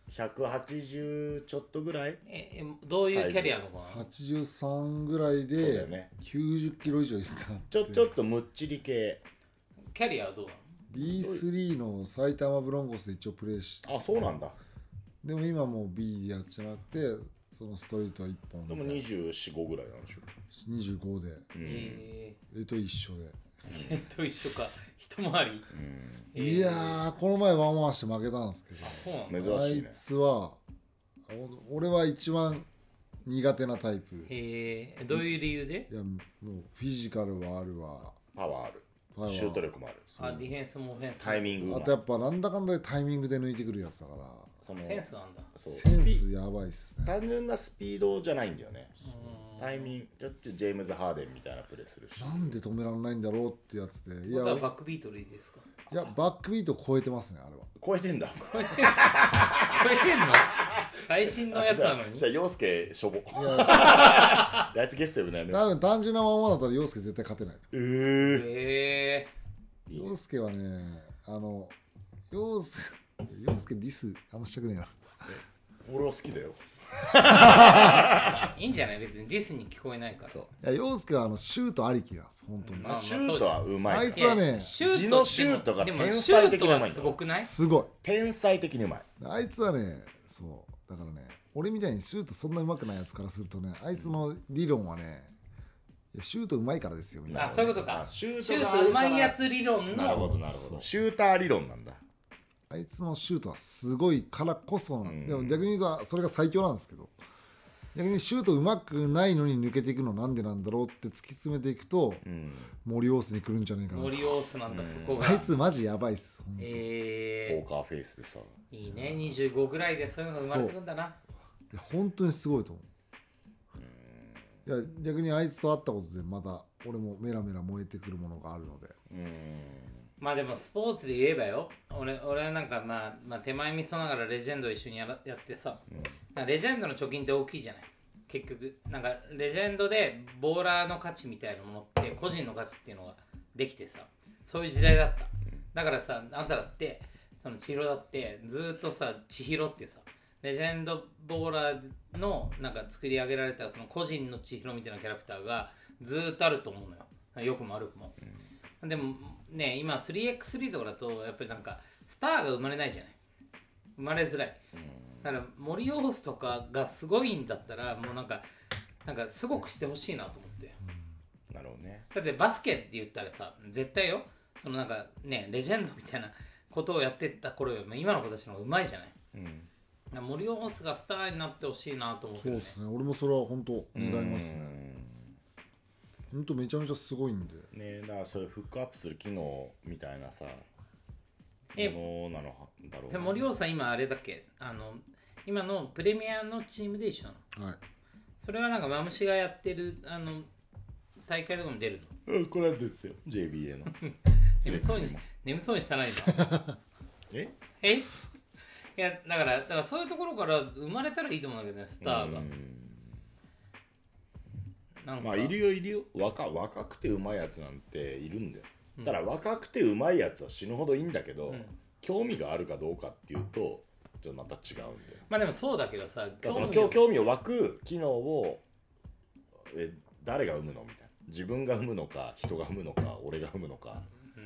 180ちょっとぐらい。 どういうキャリアの子なの ？83ぐらいで90キロ以上いったって。 ちょっとむっちり系。 キャリアはどうなの？ B3 の埼玉ブロンコスで一応プレーして、 あ、そうなんだ。 でも今もう B でやっちゃなくて、そのストリートは1本でも24、5ぐらいなんでしょ。 25で、一緒で一緒か、一回り、 いやーこの前ワンワンして負けたんですけど、 そうなんだ。 珍しいね。 あいつは俺は一番苦手なタイプ。 どういう理由で？ いやもうフィジカルはあるわ、 パワーある、シュート力もある、 ディフェンスもオフェンスもタイミング、 あとやっぱなんだかんだでタイミングで抜いてくるやつだから、 センスなんだ。 センスやばいっすね。 単純なスピードじゃないんだよね。タイミングちょっとジェームズ・ハーデンみたいなプレーするし、 なんで止められないんだろうってやつで、 いやバックビートでいいですか？ いやバックビート超えてますね、あれは。 超えてんだ。 超えてんの？最新のやつなのに。 じゃあ陽介しょぼ。あいつゲスト呼ぶね。 多分単純なままだったら陽介絶対勝てないと。陽介はね、陽陽介ディスあんましたくねえな。 俺は好きだよ。 いいんじゃない、別にディスに聞こえないから。 そういや陽介はシュートありきなんです本当に、 まあシュートはうまいから。 あいつはねシュート地のシュートがでも天才的にうまいんだよシュートはすごくない？ すごい。 天才的にうまい。 あいつはねそうだからね、俺みたいにシュートそんな上手くないやつからするとね、あいつの理論はね、いやシュート上手いからですよみたいな。 あ、そういうことか。 あシュシューートがあるからトうまいやつ理論なるほの。 どなるほど。シューター理論なんだ。 あいつのシュートはすごいからこそなん、 うんでも逆に言うとそれが最強なんですけど、逆にシュート上手くないのに抜けていくのなんでなんだろうって突き詰めていくと、 うん。 森オースに来るんじゃないかなと。 森オースなんだ、そこが。 あいつマジやばいっす。ほんとポえーカーフェイスでさ。 いいね、25ぐらいでそういうのが生まれてくんだな。 いや本当にすごいと思う。いや逆にあいつと会ったことでまた俺もメラメラ燃えてくるものがあるので。 まあでもスポーツで言えばよ、俺はなんかまあ手前味噌ながらレジェンド一緒にやってさ、なんかレジェンドの貯金って大きいじゃない結局。なんかレジェンドでボーラーの価値みたいなものって個人の価値っていうのができてさ、そういう時代だった。だからさ、あんただってその千尋だってずっとさ、千尋っていうさレジェンドボーラーのなんか作り上げられたその個人の千尋みたいなキャラクターがずっとあると思うのよ、良くも悪くも。でもね、今 3x3 とかだとやっぱりなんかスターが生まれないじゃない、生まれづらい。だから森オースとかがすごいんだったらもうなんかすごくしてほしいなと思って。 なるほどね。 だってバスケって言ったらさ、絶対よ、そのなんかねレジェンドみたいなことをやってた頃より今の子たちの方がうまいじゃない。森オースがスターになってほしいなと思って、ね、 そうですね、俺もそれは本当願いますね。本当めちゃめちゃすごいんでね。だからそういうフックアップする機能みたいなさものなのだろうな。 で森尾さん今あれだっけ、今のプレミアのチームで一緒なの？ はい。 それはなんかマムシがやってる大会とかも出るの？ これはですよ JBA の眠そうにしたないんだえいやだからそういうところから生まれたらいいと思うんだけどね、スターが。なんかまあいるよ若くてうまいやつなんているんだよ。ただ若くてうまいやつは死ぬほどいいんだけど、興味があるかどうかっていうとちょっとまた違うんだよ。 まあでもそうだけどさ、 その興味を湧く機能を誰が生むのみたいな。自分が生むのか人が生むのか俺が生むのか、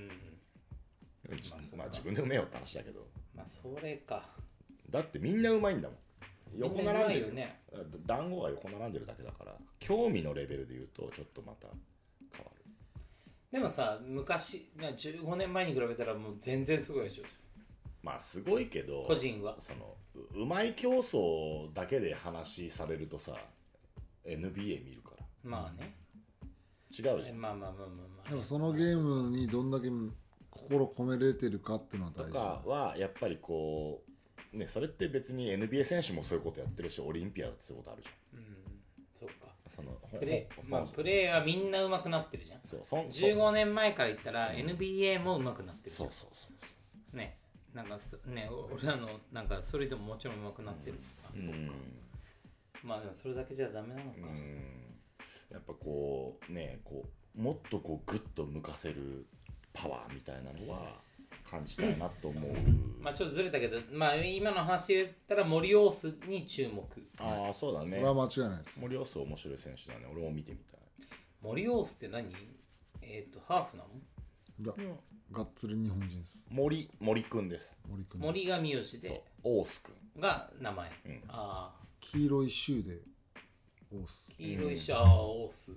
まあ自分で生めよって話だけど、 まあそれか。 だってみんなうまいんだもん。横並んでるよね。 団子が横並んでるだけだから興味のレベルで言うとちょっとまた変わる。 でもさ、昔15年前に比べたらもう全然すごいでしょ。 まあすごいけど個人はそのうまい競争だけで話されるとさ NBA 見るからまあね、 違うじゃん。 まあでもそのゲームにどんだけ心込めれてるかっていうのは大事とかはやっぱりこうね、それって別に NBA 選手もそういうことやってるしオリンピアだってそういうことあるじゃん。 そうか。 そのプレーはみんな上手くなってるじゃん。 そう 15年前から言ったら NBA も上手くなってるじゃん。 そうね、なんかね、俺らのなんかそれでももちろん上手くなってる。そうか。まあでもそれだけじゃダメなのか。 やっぱこうね、こうもっとこうグッと向かせるパワーみたいなのは感じたいなと思う。 まあちょっとずれたけど、まあ今の話で言ったら森オースに注目。 ああそうだね。 これは間違いないです。 森オース面白い選手だね。俺も見てみたい。 森オースって何？ハーフなの？ いや、がっつり日本人です。 森くんです。 森が名字で、 オースくんが名前。 黄色い州でオース。 黄色い州、オース。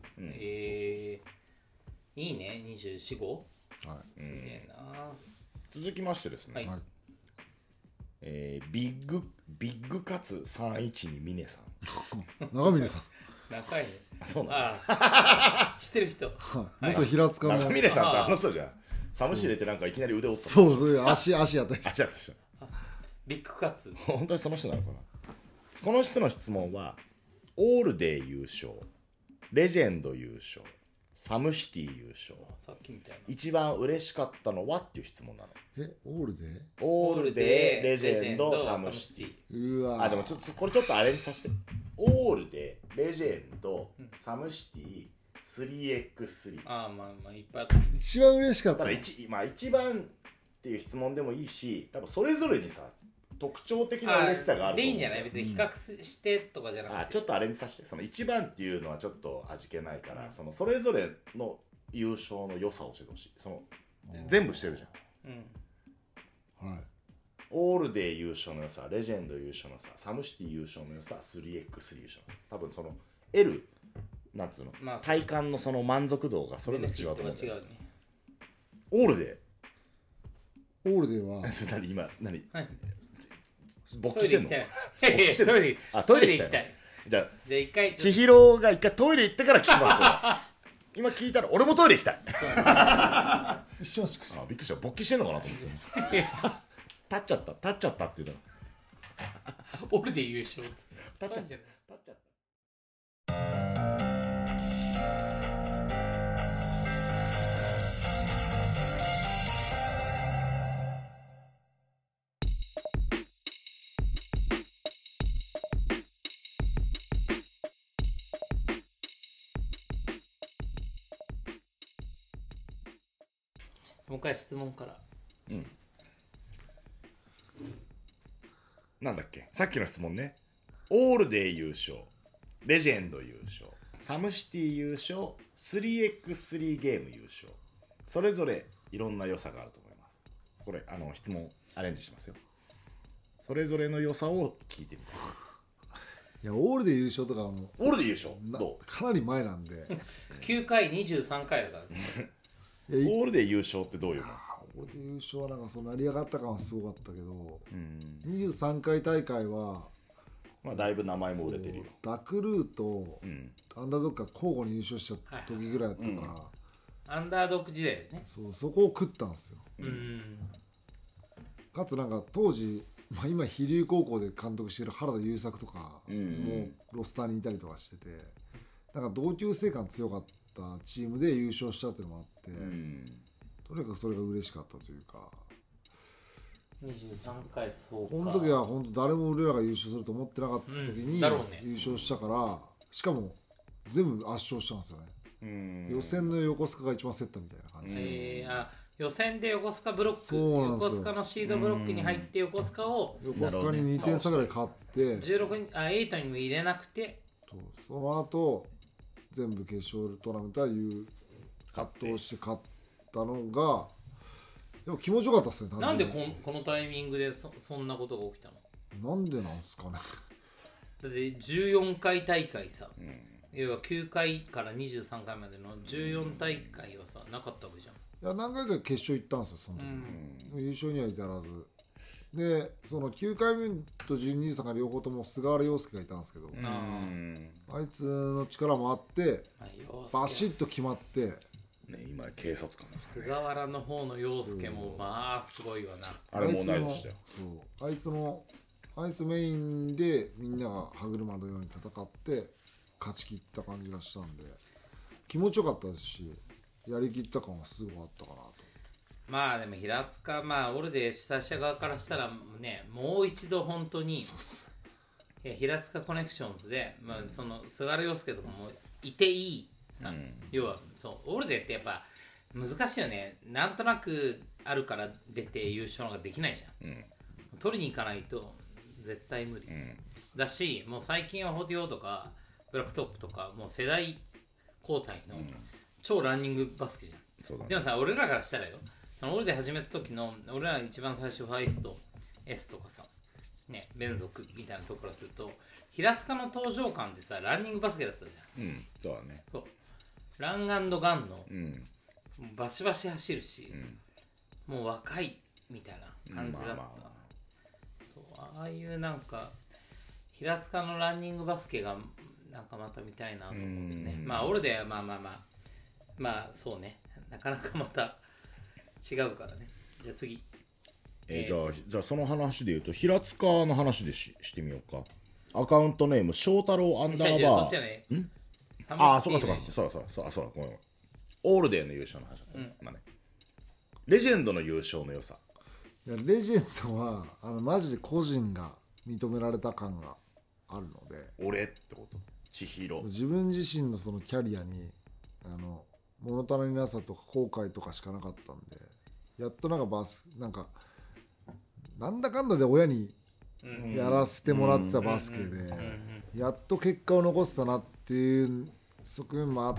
いいね、24号。 はい。 すげえな。 続きましてですね。 はい。 ビッグカツ312峰さん。 長峰さん。 仲いいね。 あ、そうなんだ。知ってる人。 元平塚の。 長峰さんってあの人じゃん。サムシレってなんかいきなり腕折った。 そういう足やった人。 足やった人。 ビッグカツ。 本当にその人なのかな。この人の質問はオールデー優勝、レジェンド優勝、サムシティ優勝、 さっきみたいな。 一番嬉しかったのはっていう質問なの。 オールデー？ オールデーレジェンドサムシティ。 うわ。 あ、でもちょっとこれちょっとアレンジさせて。オールデーレジェンドサムシティ 3x3。 まあいっぱいあった。 一番嬉しかった。 ただ一番っていう質問でもいいし、多分それぞれにさ特徴的な嬉しさがあると思う。 でいいんじゃない？別に比較してとかじゃなくて、 ちょっとあれにさして、その1番っていうのはちょっと味気ないから、それぞれの優勝の良さを教えてほしい。全部してるじゃん。 はい。 オールデー優勝の良さ、レジェンド優勝の良さ、サムシティ優勝の良さ、3x3 優勝。多分その L なんつうの、 まあ体感のその満足度がそれぞれ違うと思うんだよ。 違うね。 オールデオールデーはー何今何、 はい、 勃起してんの？ トイレ行きたい。 トイレトイレ行きたいの？じゃあ一回千尋が一回トイレ行ってから聞きます今聞いたら俺もトイレ行きたい一緒しくしびっくりした。勃起してんのかなと思って立っちゃったって言うたらオールで優勝立っちゃったじゃない。 立っちゃった。 もう一回質問から。 なんだっけ、さっきの質問ね。オールデー優勝、レジェンド優勝、サムシティ優勝、3x3 ゲーム優勝、それぞれいろんな良さがあると思います。これ質問アレンジしますよ。それぞれの良さを聞いてみたい。 いやオールデー優勝とかもオールデー優勝どう？ かなり前なんで 9回23回だからね。 オールデー優勝ってどういうの？ オールデー優勝はなんかその成り上がった感はすごかったけど、23回大会はまあだいぶ名前も売れてるよ。 ダクルーとアンダードッグが交互に優勝しちゃった時ぐらいだったから、 アンダードッグ時代よね。 そこを食ったんですよ。かつなんか当時、今飛龍高校で監督してる原田優作とかもロスターにいたりとかしてて、なんか同級生感強かったチームで優勝したっていうのもあって、とにかくそれが嬉しかったというか、 23回そうか。 この時は本当誰も俺らが優勝すると思ってなかった時に優勝したから、しかも全部圧勝したんですよね。予選の横須賀が一番競ったみたいな感じで、 予選で横須賀ブロック、横須賀のシードブロックに入って横須賀を横須賀に2点差ぐらい勝って 8にも入れなくて、 その後全部決勝トーナメントは葛藤して勝ったのがでも気持ちよかったっすね。 なんでこのタイミングでそんなことが起きたの？ なんでなんすかね。 だって14回大会さ、要は9回から23回までの14大会はさなかったわけじゃん。 いや何回か決勝行ったんですよその時、優勝には至らずで、その9回目と12さんが両方とも菅原洋介がいたんですけど、あいつの力もあってバシッと決まってね、今警察官菅原の方の洋介もまあすごいわな。 あれも同い年だよ。 そうあいつメインでみんなが歯車のように戦って勝ち切った感じがしたんで気持ちよかったですし、やりきった感はすごかったかなと。 まあでも平塚、オールで主催者側からしたらね、もう一度本当に平塚コネクションズで、その菅原洋介とかもいていいさ、要はそうオールデーってやっぱ難しいよね。なんとなくあるから出て優勝なんかできないじゃん、取りに行かないと絶対無理、だし、もう最近はホティオとかブラックトップとかもう世代交代の超ランニングバスケじゃん、でもさ俺らからしたらよ、そのオールデー始めた時の俺ら一番最初ファイスト S とかさね、連続みたいなところからすると平塚の登場感ってさランニングバスケだったじゃん、 そうだね。 そうランガンの、バシバシ走るし、もう若いみたいな感じだった、そうああいうなんか平塚のランニングバスケがなんかまた見たいなと思ってね、オールデーはまあそうね、なかなかまた違うからね。じゃあ次、 じゃあその話で言うと平塚の話でしてみようか。アカウントネーム翔太郎アンダーバー。 そっちはね、 そうごめん。オールデーの優勝の話だね、ね。レジェンドの優勝の良さ。 いやレジェンドはマジで個人が認められた感があるので。 俺ってこと？千尋。 自分自身のそのキャリアに物足りなさとか後悔とかしかなかったんで、 やっとなんかなんかなんだかんだで親にやらせてもらってたバスケで、やっと結果を残せたなっていう側面もあって、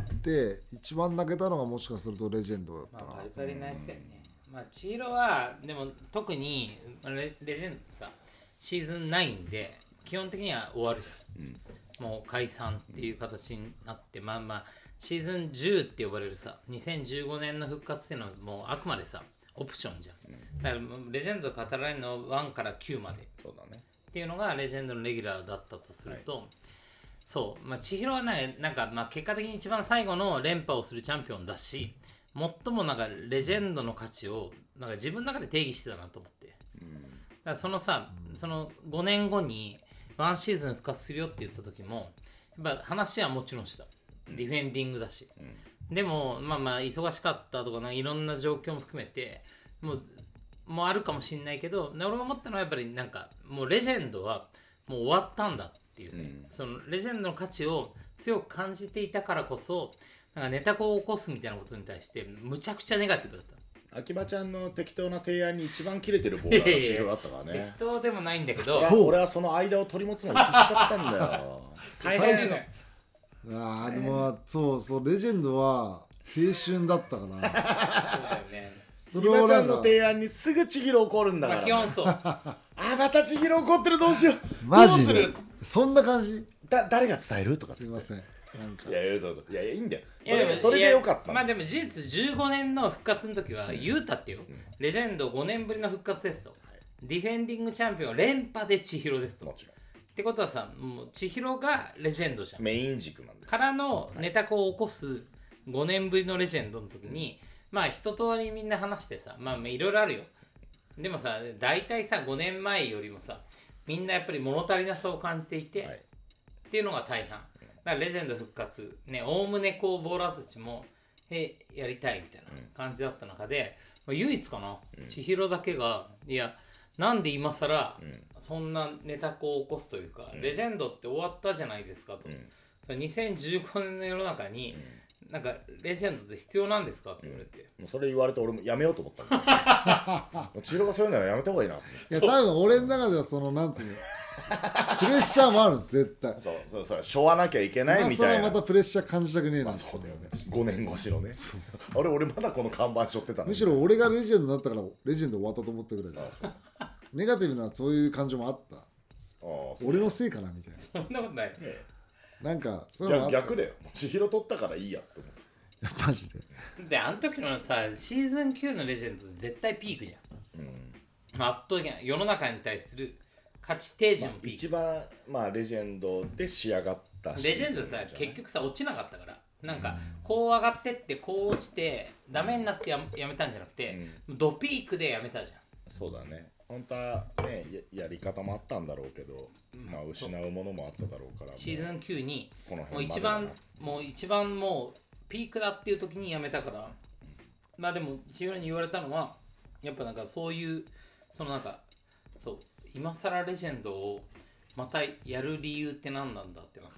一番泣けたのがもしかするとレジェンドだった。 まあパリパリなやつやね。まあ千尋はでも特にレジェンドさシーズン9で基本的には終わるじゃん、もう解散っていう形になって、まあまあシーズン10って呼ばれるさ2015年の復活っていうのはもうあくまでさオプションじゃん、だからレジェンド語られるの1から9までそうだねっていうのがレジェンドのレギュラーだったとすると、そう、まあ、千尋はね、なんか、まあ、結果的に一番最後の連覇をするチャンピオンだし、最もなんかレジェンドの価値をなんか自分の中で定義してたなと思って、だからそのさ、その5年後にワンシーズン復活するよって言った時も、やっぱ話はもちろんした、ディフェンディングだし、でもまあまあ忙しかったとか、いろんな状況も含めてもうあるかもしれないけど、俺が思ったのはやっぱりなんかもうレジェンドはもう終わったんだっていうね、そのレジェンドの価値を強く感じていたからこそ、なんかネタを起こすみたいなことに対してむちゃくちゃネガティブだった。 秋葉ちゃんの適当な提案に一番切れてるボーラーが千尋だったからね。 適当でもないんだけど、 俺はその間を取り持つのに必死だったんだよ。大変だね。 でもそうレジェンドは青春だったからそうだよね。 秋葉ちゃんの提案にすぐ千尋怒るんだから、 まあ、基本そうまた千尋怒ってる、どうしよう、 マジでどうする、 そんな感じ。 誰が伝えるとかすいません、なんかいやいいんだよ、 いやそれでよかった。 まあでも事実15年の復活の時は言うたってよ、レジェンド5年ぶりの復活ですと、ディフェンディングチャンピオン連覇で千尋ですと。 もちろんってことはさ、もう千尋がレジェンドじゃん。 メイン軸なんですからのネタを起こす5年ぶりのレジェンドの時に、まあ一通りみんな話してさ、まあいろいろあるよ。でもさ、大体さ5年前よりもさ、みんなやっぱり物足りなさを感じていて、っていうのが大半。だからレジェンド復活、ね、おおむねこうボーラーたちもやりたいみたいな感じだった中で、唯一かな、千尋だけが、いやなんで今更そんなネタを起こすというか、レジェンドって終わったじゃないですかと、それ2015年の世の中になんかレジェンドって必要なんですかって言われて、 それ言われて俺もやめようと思ったんですよ。千尋がそういうのはやめた方がいいなって。 いや多分俺の中ではそのなんていうのプレッシャーもあるんです絶対。 そうしょわなきゃいけないみたいな。 それはまたプレッシャー感じたくねえな、 そうだよね、5年越しのね。俺まだこの看板背負ってたの。 むしろ俺がレジェンドになったからレジェンド終わったと思ったぐらいだ。ネガティブなそういう感情もあった。俺のせいかなみたいな。 そんなことない、 なんかそういうのもあった。 逆だよ、千尋取ったからいいやって思って。 マジで。 であの時のさシーズン9のレジェンド絶対ピークじゃん、圧倒的な世の中に対する価値提示もピーク、 一番レジェンドで仕上がったし、 レジェンドさ結局さ落ちなかったから、なんかこう上がってってこう落ちてダメになってやめたんじゃなくて、ドピークでやめたじゃん。 そうだね、本当はね やり方もあったんだろうけど、失うものもあっただろうから、 シーズン9にこのもう一番もうピークだっていう時にやめたから、まあでも千尋に言われたのはやっぱなんかそういうそのなんかそう今更レジェンドをまたやる理由って何なんだってなって、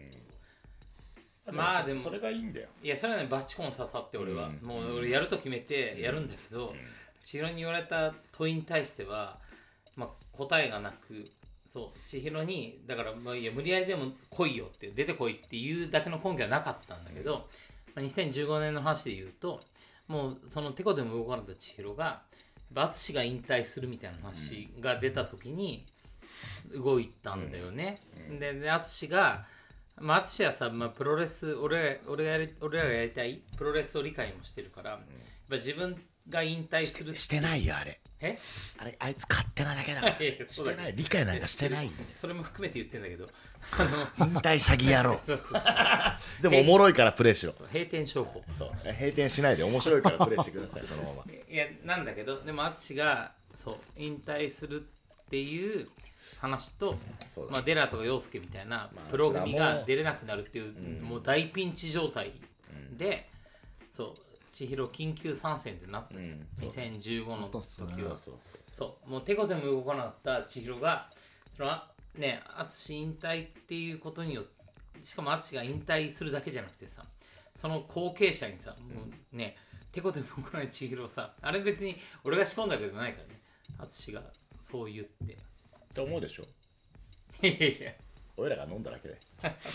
まあでもそれがいいんだよ。 いやそれはねバチコン刺さって俺は、もう俺やると決めてやるんだけど、千尋に言われた問いに対しては、答えがなく、そう千尋にだから、いや無理やりでも来いよって出てこいっていうだけの根拠はなかったんだけど、2015年の話で言うともうそのテコでも動かなかった千尋が淳が引退するみたいな話が出た時に動いたんだよね、で淳が淳はさ、プロレス俺らがやりたいプロレスを理解もしてるから、やっぱ自分が引退するしてないよあれ。あいつ勝手なだけだから。してない、理解なんかしてない。 それも含めて言ってんだけど、 引退詐欺野郎。でもおもろいからプレイしろ。 閉店商法。 閉店しないで面白いからプレイしてくださいそのまま。 いやなんだけど、でも淳が引退するっていう話と、デラとか陽介みたいなプロ組が出れなくなるっていう、もう大ピンチ状態で、千尋緊急参戦ってなった、2015の時は。もう手こ手も動かなかった千尋が淳引退っていうことによって、しかも淳が引退するだけじゃなくてさ、その後継者にさ、もうねてこでもこない千尋さ、あれ別に俺が仕込んだわけじゃないからね。淳がそう言って。 って思うでしょ。 いやいや。 俺らが飲んだだけで。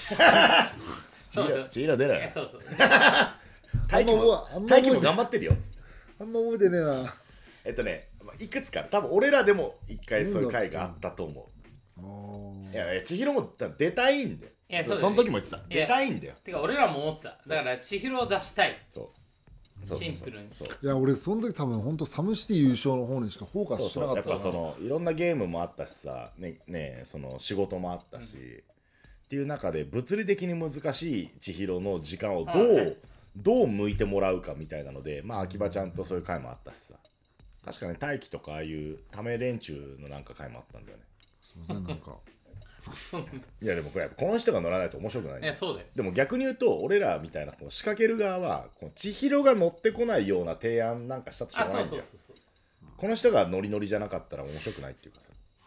そう千尋出ない。 そうそう。 大輝も頑張ってるよっつって。 あんま覚えてねえな。 いくつか多分俺らでも一回そういう回があったと思う。いや千尋も出たいんだよ。 いやそうだよねその時も言ってた。出たいんだよ。 てか俺らも思ってた。だから千尋を出したい。 そうシンプルに。 いや俺その時多分本当サムシティ優勝の方にしかフォーカスしてなかったから。 やっぱそのいろんなゲームもあったしさ、ねその仕事もあったし、っていう中で物理的に難しい千尋の時間をどう向いてもらうかみたいなので、まあ秋葉ちゃんとそういう回もあったしさ。確かに大輝とかああいうため連中のなんか回もあったんだよね。 すいませんなんか。 いやでもこれこの人が乗らないと面白くない、 いやそうだよ。 でも逆に言うと俺らみたいなこの仕掛ける側はこの千尋が乗ってこないような提案なんかしたとしょうがないんだよ。この人がノリノリじゃなかったら面白くないっていうか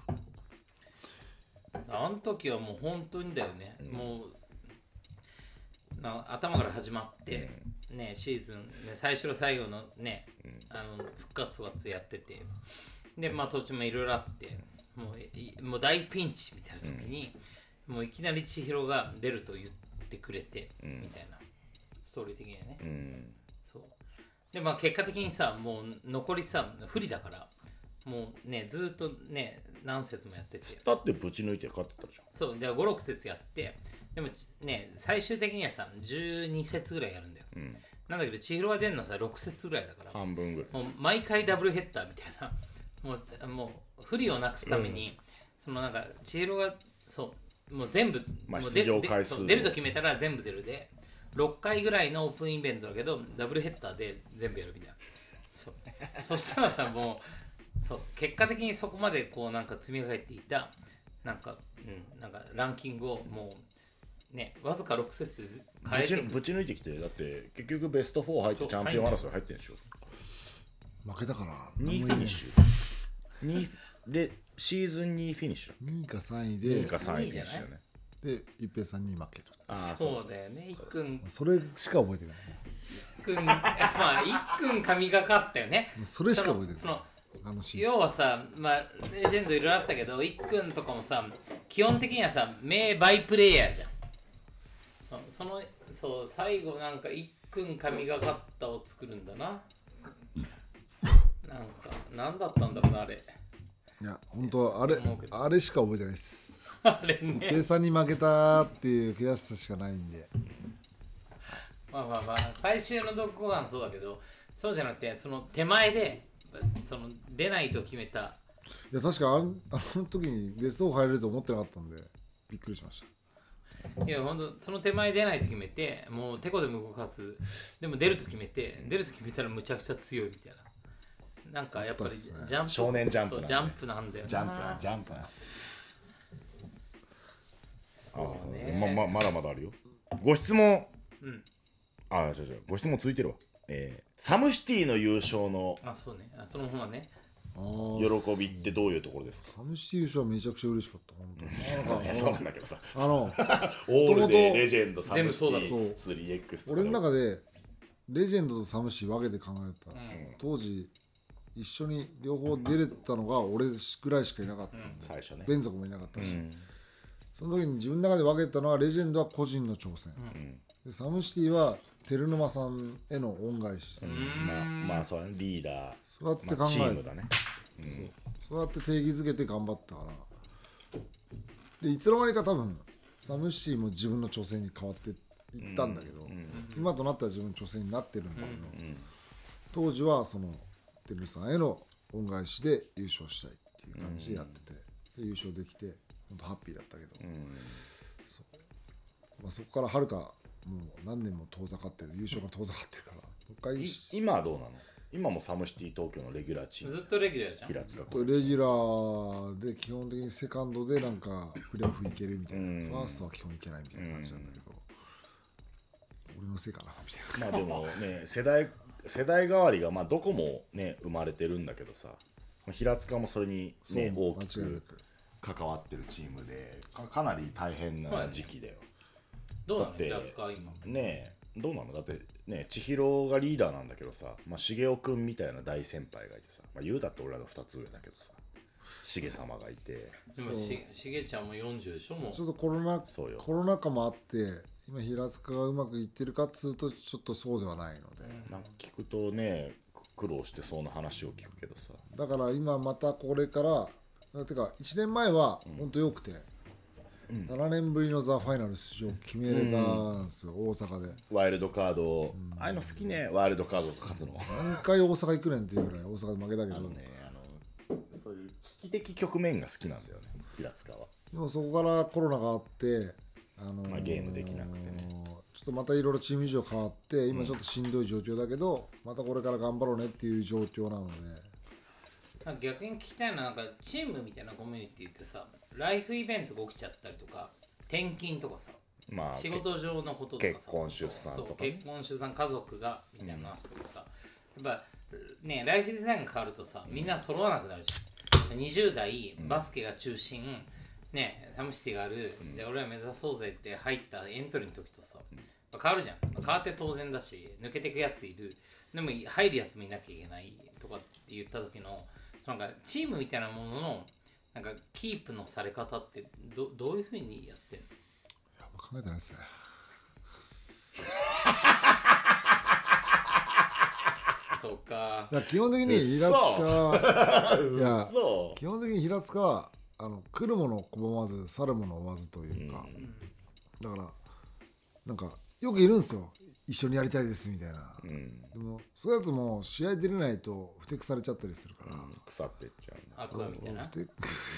さ。 あの時はもう本当にだよね。もう頭から始まって、ねシーズン、ね、最初の最後のね、復活やってて、でまあ途中もいろいろあって。もう大ピンチみたいな時に、もういきなり千尋が出ると言ってくれて、みたいなストーリー的にはね、そうでまあ結果的にさもう残りさ不利だからもうねずっとね何節もやっててだってぶち抜いて勝ってたでしょ。 そうで5、6節やってでもね最終的にはさ12節ぐらいやるんだよ、なんだけど千尋が出るのはさ6節ぐらいだから半分ぐらいもう毎回ダブルヘッダーみたいなもう不利をなくすために、そのなんか千尋がもう全部、 まあ、 もう出場回数出ると決めたら全部出るで6回ぐらいのオープンイベントだけどダブルヘッダーで全部やるみたいな。そしたらさもう結果的にそこまでこうなんか積み上げていたなんかランキングをもうねわずか6節で変えてぶち抜いてきて、だって結局ベスト4入ってチャンピオン争い入ってるでしょ。 負けたから 2位フィニッシュでシーズン2位フィニッシュ 2位か3位 2位でか3位フィニッシュよね。 で一平さんに負ける。 そうだよね。いっくんそれしか覚えてない。 まあいっくん神がかったよね。 それしか覚えてない。 要はさ、まあレジェンドいろいろあったけど、いっくんとかもさ基本的にはさ名バイプレイヤーじゃん。そう最後なんかいっくん神がかったを作るんだな。なんか何だったんだろうなあれ。 いや本当あれしか覚えてないです。 あれね。 計算に負けたっていう悔しさしかないんで。 まあ最終のドッグご飯そうだけど、そうじゃなくてその手前で出ないと決めた。 いや確かあの時にベスト4入れると思ってなかったんでびっくりしました。 いや本当その手前出ないと決めて、もうテコでも動かす。でも出ると決めたらむちゃくちゃ強いみたいな。なんかやっぱりジャンプ、 少年ジャンプジャンプなんだよな。 ジャンプそうね。 まだまだあるよ。ご質問。 違うご質問続いてるわ。サムシティの優勝のそうね。その方ね。 喜びってどういうところですか？ サムシティ優勝はめちゃくちゃ嬉しかった本当に。 そうなんだけどさ。 オールデーレジェンドサムシティ 3X 俺の中でレジェンドとサムシティ分けて考えた、当時一緒に両方出れたのが俺ぐらいしかいなかった、 最初ね。 ベン族もいなかったし、その時に自分の中で分けたのはレジェンドは個人の挑戦、でサムシティは照沼さんへの恩返し、 まあそうだね、リーダーそうやって考えチームだね、 そうやって定義づけて頑張ったからでいつの間にか多分サムシティも自分の挑戦に変わっていったんだけど、今となったら自分の挑戦になってるんだけど、当時はその照沼さんへの恩返しで優勝したいっていう感じでやってて、で優勝できて本当ハッピーだったけど、そこからはるかもう何年も遠ざかってる、優勝が遠ざかってるからもう一回今はどうなの？今もサムシティ東京のレギュラーチームずっとレギュラーじゃん。 平塚レギュラーで基本的にセカンドでなんかプレーオフいけるみたいな、ファーストは基本いけないみたいな感じなんだけど、俺のせいかなみたいな。 まあでもね世代代わりがまあどこもね生まれてるんだけどさ、平塚もそれに、ね、大きく関わってるチームでかなり大変な時期だよ。 どうなの平塚は今ねどうなの？だってね、千尋がリーダーなんだけどさ、まあ、重雄くんみたいな大先輩がいてさ、まあ、言うだって俺らの2つ上だけどさ、重様がいて、 でもしげちゃんも40でしょもう。 ちょっとコロナ禍もあって今平塚がうまくいってるかっつうとちょっとそうではないので、 なんか聞くとね苦労してそうな話を聞くけどさ、 だから今またこれからてか1年前は本当良くて、7年ぶりのザ・ファイナル出場決めれたんですよ、大阪で。 ワイルドカード、ああいうの好きね、ワイルドカードが勝つの。 何回大阪行くねんっていうぐらい大阪で負けたけど、 そういう危機的局面が好きなんだよね、平塚は。 でもそこからコロナがあってまあ、ゲームできなくてね、 ちょっとまたいろいろチーム事情変わって今ちょっとしんどい状況だけど、またこれから頑張ろうねっていう状況なので、 逆に聞きたいのはなんかチームみたいなコミュニティってさ、ライフイベントが起きちゃったりとか転勤とかさ、 まあ、 仕事上のこととかさ、 結婚出産とか、ね、 そう結婚出産家族がみたいな話とかさ、やっぱねライフデザインが変わるとさみんな揃わなくなるじゃん。20代バスケが中心、ね、サムシティがある、で俺ら目指そうぜって入ったエントリーの時とさ、変わるじゃん。変わって当然だし抜けていくやついる、でも入るやつもいなきゃいけないとかって言った時のなんかチームみたいなもののなんかキープのされ方ってどういうふうにやってんの？ いや考えてないですね。 そうか。 基本的に平塚いや基本的に平塚は来るもの拒まず去るもの追わずというか、だからなんかよくいるんですよ、一緒にやりたいですみたいな、でもそういうやつも試合出れないとふてくされちゃったりするから、 腐っていっちゃうんだ。 アクアみたいな。 久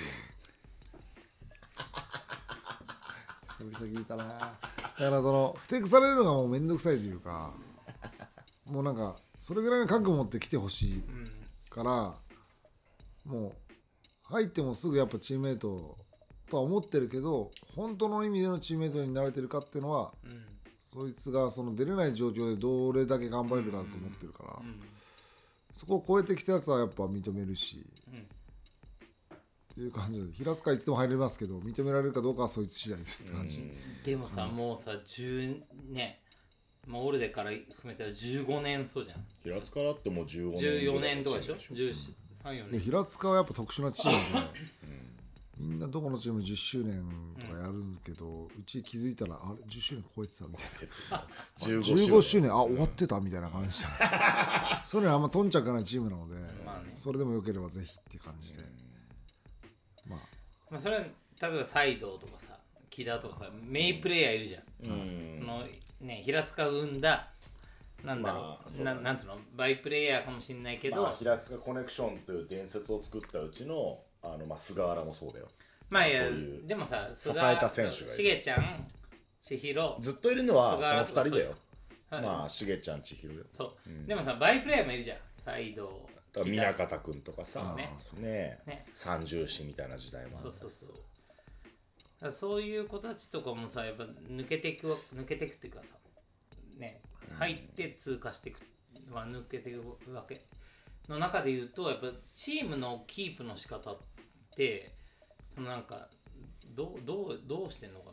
々聞いたな。だからふてくされるのがもうめんどくさいというか、もうなんかそれぐらいの覚悟持って来てほしいから、もう入ってもすぐやっぱチームメイトとは思ってるけど、本当の意味でのチームメイトになれてるかっていうのは、そいつが出れない状況でどれだけ頑張れるかと思ってるから、そこを超えてきたやつはやっぱ認めるし、っていう感じで、平塚いつでも入れますけど認められるかどうかはそいつ次第ですって感じ。 でもさ、もうさ10年、まあ、オルデから含めたら15年そうじゃん。 平塚だってもう15年 14年とかでしょ、13、14年。 平塚はやっぱ特殊なチームで、みんなどこのチーム10周年とかやるけど、うち気づいたらあれ10周年超えてたみたいな15周年終わってたみたいな感じでそれはあんま頓着がないチームなので、それでもよければぜひっていう感じで、 まあそれは例えばサイドとかさ木田とかさメインプレイヤーいるじゃん、そのね平塚を生んだなんだろう、なんつうのバイプレイヤーかもしれないけど、 平塚コネクションズという伝説を作ったうちの菅原もそうだよ。 まあいやでもさ支えた選手がいる。 しげちゃん千尋ずっといるのはその2人だよ。 はい、 まあしげちゃん千尋よ。 そう、でもさバイプレイヤーもいるじゃん、サイド南方君とかさ、 ね三重士みたいな時代もある。 そうそういう子たちとかもさやっぱ抜けていくっていうかさね、入って通過していく、抜けていくわけの中で言うと、やっぱチームのキープの仕方ってなんかどうしてんのかなって。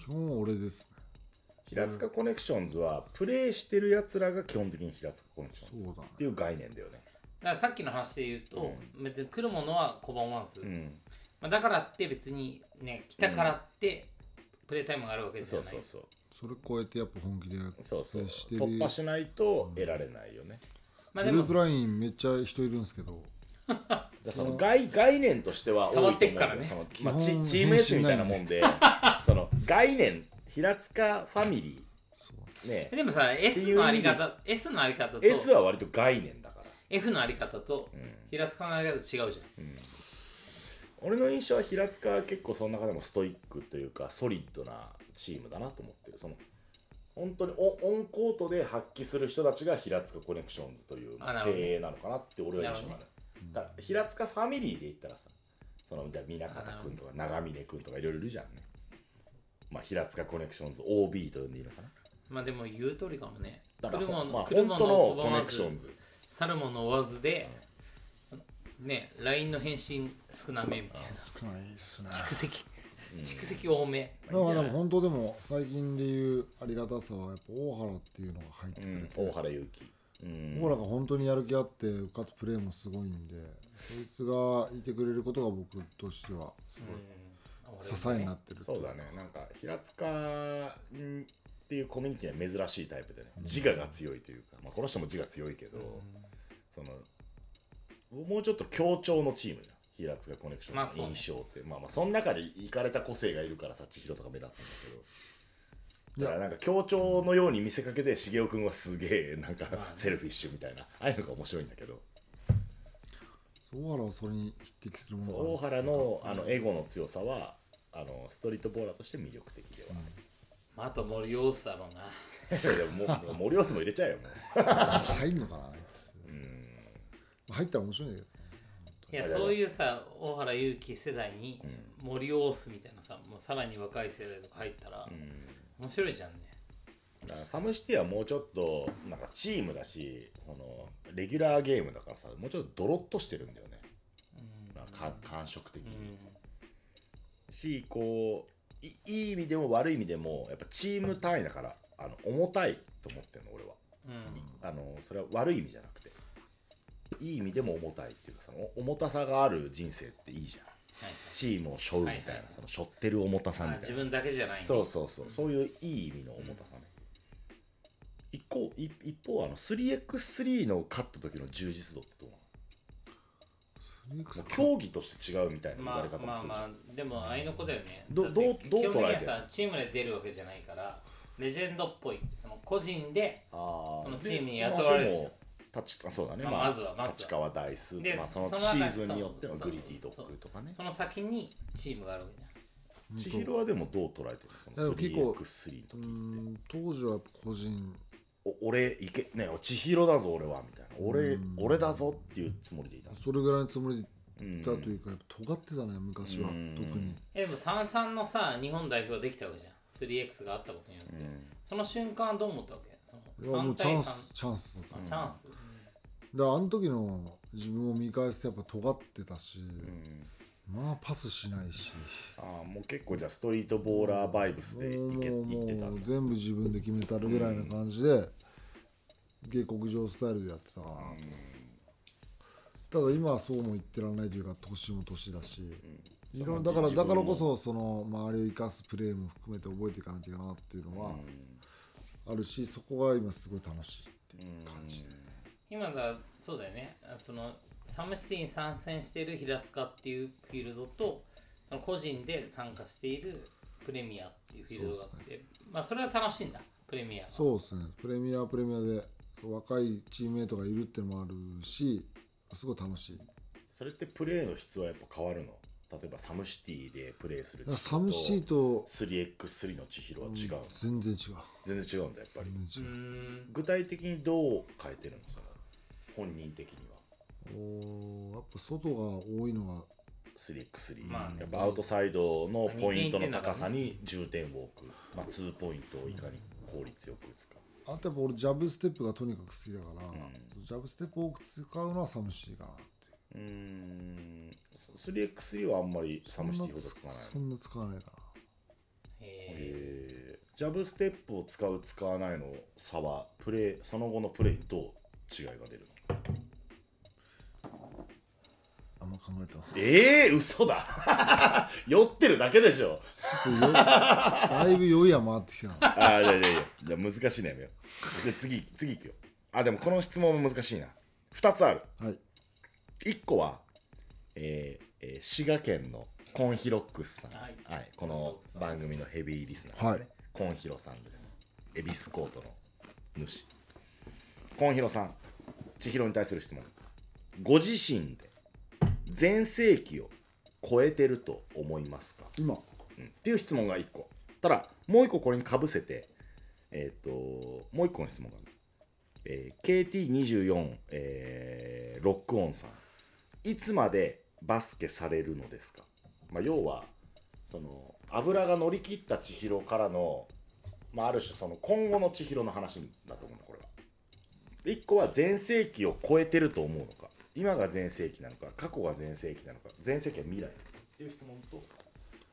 基本俺ですね。 平塚コネクションズはプレーしてるやつらが基本的に平塚コネクションズっていう概念だよね。 だからさっきの話で言うと、別に来るものは拒まず、だからって別にね来たからってプレータイムがあるわけじゃない。 それ超えてやっぱ本気で接してる。 突破しないと得られないよね。 グループラインめっちゃ人いるんですけどその概念としては多いと思うけど、チーム S みたいなもんでその概念平塚ファミリー、ね、 でもさ S のあり方と S は割と概念だから F のあり方と平塚のあり方違うじゃん、 俺の印象は平塚は結構その中でもストイックというかソリッドなチームだなと思ってる。その本当にオンコートで発揮する人たちが平塚コネクションズという精鋭なのかなって俺は印象がある。だから平塚ファミリーで言ったらさ、じゃあ南方君とか長峰君とかいろいろいるじゃんね。まあ平塚コネクションズ OB と呼んでいいのかな。 まあでも言う通りかもね。 だから本当のコネクションズ。 去るもの追わずで、ね、LINE の返信少なめみたいな。 少ないっすね。 蓄積。 蓄積多め。 まあでも本当でも最近でいうありがたさはやっぱ大原っていうのが入ってくれて、 大原祐希、 大原が本当にやる気あってかつプレーもすごいんで、そいつがいてくれることが僕としてはすごい支えになってる。 そうだね。なんか平塚っていうコミュニティは珍しいタイプでね、自我が強いというか、まあ、この人も自我強いけど、そのもうちょっと協調のチームじゃん平塚コネクションの印象って、まあその中でイカれた個性がいるからさ、千尋とか目立つんだけど、だからなんか協調のように見せかけて茂雄君はすげえなんかセルフィッシュみたいな、ああいうのが面白いんだけど、 大原はそれに匹敵するものがある。 大原のエゴの強さはストリートボーラーとして魅力的ではある。 あと森オースだろうな。 でも森オスも入れちゃえよもう。 入んのかなあいつ。入ったら面白いんだけど。 いやそういうさ大原祐希世代に森オースみたいなさ、もうさらに若い世代とか入ったら面白いじゃんね。 だからサムシティはもうちょっとなんかチームだし、そのレギュラーゲームだからさ、もうちょっとドロッとしてるんだよね、感触的に、し、こういい意味でも悪い意味でもやっぱチーム単位だから重たいと思ってんの俺は、それは悪い意味じゃなくていい意味でも重たいっていうか、その重たさがある人生っていいじゃん、チームを背負うみたいな、その背負ってる重たさみたいな、 自分だけじゃない、ね、 そうそういういい意味の重たさね、一方3x3 の勝った時の充実度ってどうなの？競技として違うみたいな言われ方もするじゃん。 でもあいの子だよね。 どう捉えてる？ 基本的にはさチームで出るわけじゃないからレジェンドっぽい、その個人でそのチームに雇われるじゃん。 そうだね、 まずは立川ダイス、そのシーズンによってのグリディドッグとかね、 その先にチームがあるわけじゃん。 千尋はでもどう捉えてるの？その 3x3 の時って当時はやっぱ個人俺いけね千尋だぞ俺はみたいな、俺だぞっていうつもりでいた。 それぐらいのつもりでいたというか、尖ってたね昔は、特に。 でも33のさ日本代表できたわけじゃん、 3x があったことによって、その瞬間はどう思ったわけ？そのもうチャンスだった、 チャンス、 だからあの時の自分を見返すとやっぱ尖ってたし、まあパスしないし、 もう結構じゃあストリートボーラーバイブスでいってたんだ。 全部自分で決めたるぐらいな感じで、下克上スタイルでやってたかなと。ただ今はそうも言ってられないというか、年も年だし、だからこそその周りを生かすプレーも含めて覚えていかなきゃなっていうのはあるし、そこが今すごい楽しいっていう感じで、 今がそうだよね、そのサムシティに参戦している平塚っていうフィールドと、その個人で参加しているプレミアっていうフィールドがあって、まあそれは楽しいんだ、プレミアは。 そうですね、プレミアで若いチームメートがいるっていうのもあるし、すごい楽しい。 それってプレーの質はやっぱ変わるの？例えばサムシティでプレーする千尋サムシティと 3x3 の千尋は違うの？ 全然違う。 全然違うんだやっぱり。 全然違う。 具体的にどう変えてるの？その本人的には。 やっぱ外が多いのが 3x3、 まあやっぱアウトサイドのポイントの高さに重点を置く、2ポイントをいかに効率よく打つか。 あとやっぱ俺ジャブステップがとにかく好きだから、ジャブステップを多く使うのはサムシティかなっていう。 3x3 はあんまりサムシティほど使わない。 そんな使わないかな。 ジャブステップを使う使わないの差はその後のプレーにどう違いが出るの？ あんま考えてます。 嘘だ酔ってるだけでしょ。 ちょっとだいぶ酔いは回ってきたな。 じゃあ難しいねやめよう。じゃあ次いくよ。でもこの質問も難しいな。2つある。 はい。 1個は、滋賀県のコンヒロックスさん、この番組のヘビーリスナーですね、コンヒロさんです。エビスコートの主コンヒロさん、千尋に対する質問。ご自身で全盛期を超えてると思いますか？ 今、 っていう質問が1個。ただもう1個これにかぶせて、もう1個の質問がある。KT24、ロックオンさん、いつまでバスケされるのですか？要はその油が乗り切った千尋からの、ある種その今後の千尋の話だと思うのこれは。1個は全盛期を超えてると思うのか、今が全盛期なのか、過去が全盛期なのか、全盛期は未来っていう質問と、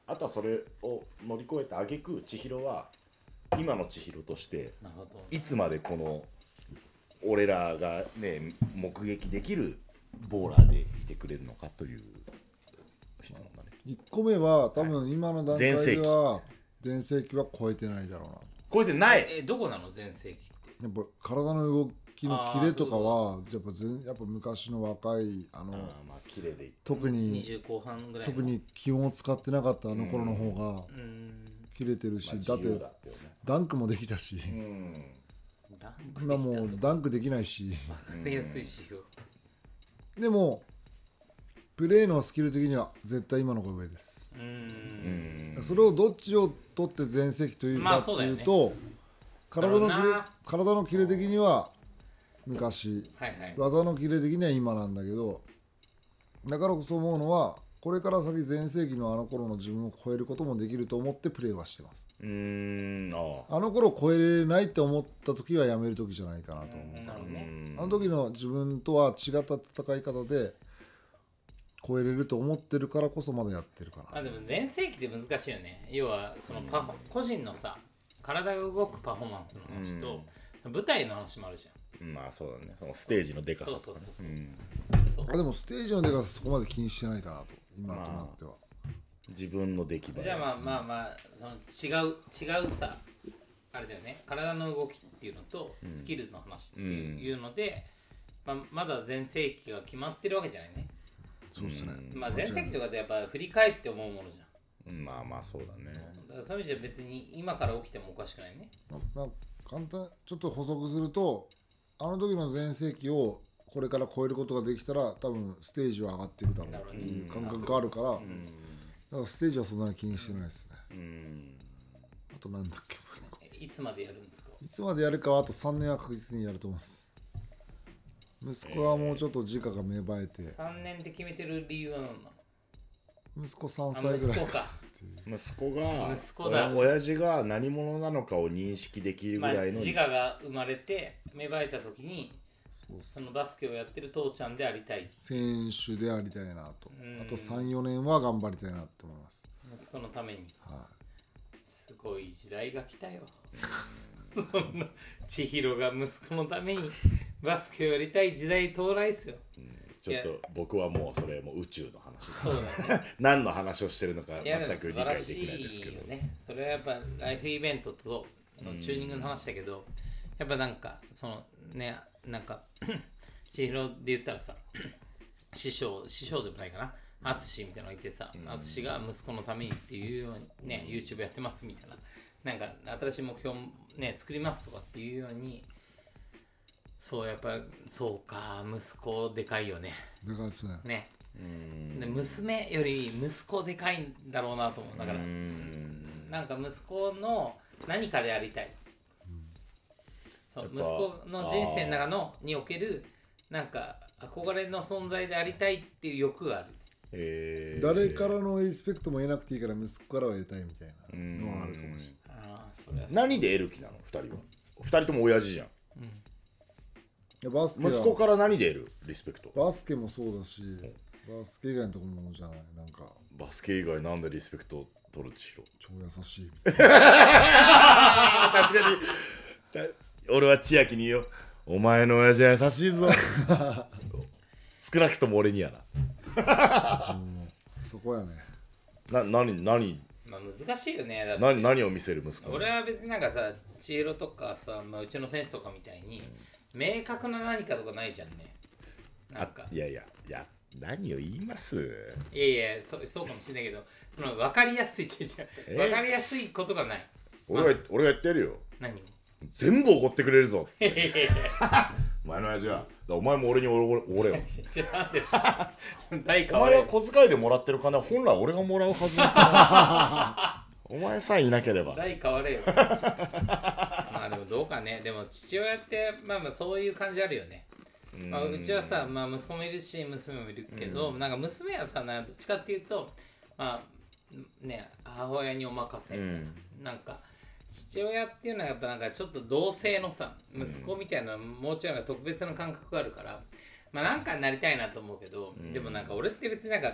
あとはそれを乗り越えて挙句千尋は今の千尋としてなるほど。 いつまでこの俺らがね目撃できるボーラーでいてくれるのかという質問だね。 1個目は多分今の段階では全盛期は超えてないだろうな。 超えてない。 どこなの全盛期って。 やっぱ体の動きのキレとかはやっぱ昔の若いまあキレで特に 20後半ぐらいの特に気温を使ってなかったあの頃の方がキレてるし、だってダンクもできたし、今もうダンクできないし、 分かりやすいしよ。 でもプレーのスキル的には絶対今の方が上です。それをどっちを取って全盛期というかっていうと、体のキレ的には昔、技のキレ的には今なんだけど、だからこそ思うのはこれから先全盛期のあの頃の自分を超えることもできると思ってプレーはしてます。あの頃超えれないって思った時はやめる時じゃないかなと思う。あの時の自分とは違った戦い方で超えれると思ってるからこそまだやってるかな。 でも全盛期って難しいよね。要はその個人のさ体が動くパフォーマンスの話と舞台の話もあるじゃん。 まあそうだね。そのステージのでかさとかね。 でもステージのでかさそこまで気にしてないかなと今となっては。 自分の出来栄え。 じゃあまあその違うさあれだよね。体の動きっていうのとスキルの話っていうので、まだ全盛期が決まってるわけじゃないね。 そうですね。 全盛期とかってやっぱ振り返って思うものじゃん。 まあそうだね。 だからそういう意味じゃ別に今から起きてもおかしくないね。 簡単ちょっと補足すると、あの時の全盛期をこれから超えることができたら多分ステージは上がっていくだろうっていう感覚があるから、だからステージはそんなに気にしてないですね。あとなんだっけ、 いつまでやるんですか。 いつまでやるかはあと3年は確実にやると思います。息子はもうちょっと自我が芽生えて、 3年で決めてる理由は何なの。 息子3歳ぐらい。 息子が親父が何者なのかを認識できるぐらいの、 自我が生まれて芽生えた時にそのバスケをやってる父ちゃんでありたい、 選手でありたいなと、あと 3,4 年は頑張りたいなって思います。 息子のために、すごい時代が来たよそんな千尋が息子のためにバスケをやりたい時代到来ですよ。 ちょっと僕はもうそれもう宇宙の話そうだ、ね、 何の話をしてるのか全く理解できないですけど、 ね、それはやっぱライフイベントとチューニングの話だけど、やっぱなんかそのね、なんか千尋で言ったらさ師匠でもないかな、淳みたいなのがいてさ、淳が息子のためにっていうようにね YouTube やってますみたいな、なんか新しい目標ね作りますとかっていうように、そうやっぱそうか、息子でかいよね。 でかいですね。 で娘より息子でかいんだろうなと思う。だからなんか息子の何かでありたい。そう息子の人生の中におけるなんか憧れの存在でありたいっていう欲がある。 誰からのリスペクトも得なくていいから息子からは得たいみたいなのはあるかもしれない。 何で得る気なの2人は。2人とも親父じゃん。 バスケ息子から何で得るリスペクト。 バスケもそうだし、バスケ以外のところもじゃない。なんかバスケ以外なんでリスペクト取る千尋。 超優しいみたいな確かに俺は千秋に言うよ、お前の親父は優しいぞ少なくとも俺にやなそこやね。 何まあ難しいよね。だって何を見せる息子。 俺は別になんかさ、千尋とかさ、うちの選手とかみたいに明確な何かとかないじゃんね。なんかいや何を言います。 いやそうかもしれないけど、その分かりやすい分かりやすいことがない。 俺が言ってやるよ。 何を全部怒ってくれるぞってお前の親父はお前も俺におれよお前は小遣いでもらってる金は本来俺がもらうはずだお前さえいなければ代変われよまあでもどうかね。でも父親ってまあそういう感じあるよね。うちはさ、息子もいるし娘もいるけど、なんか娘はさ、どっちかっていうとね、母親にお任せ、なんか父親っていうのはやっぱなんかちょっと同性のさ息子みたいなもうちょいなんか特別な感覚があるから、なんかになりたいなと思うけど、でもなんか俺って別になんか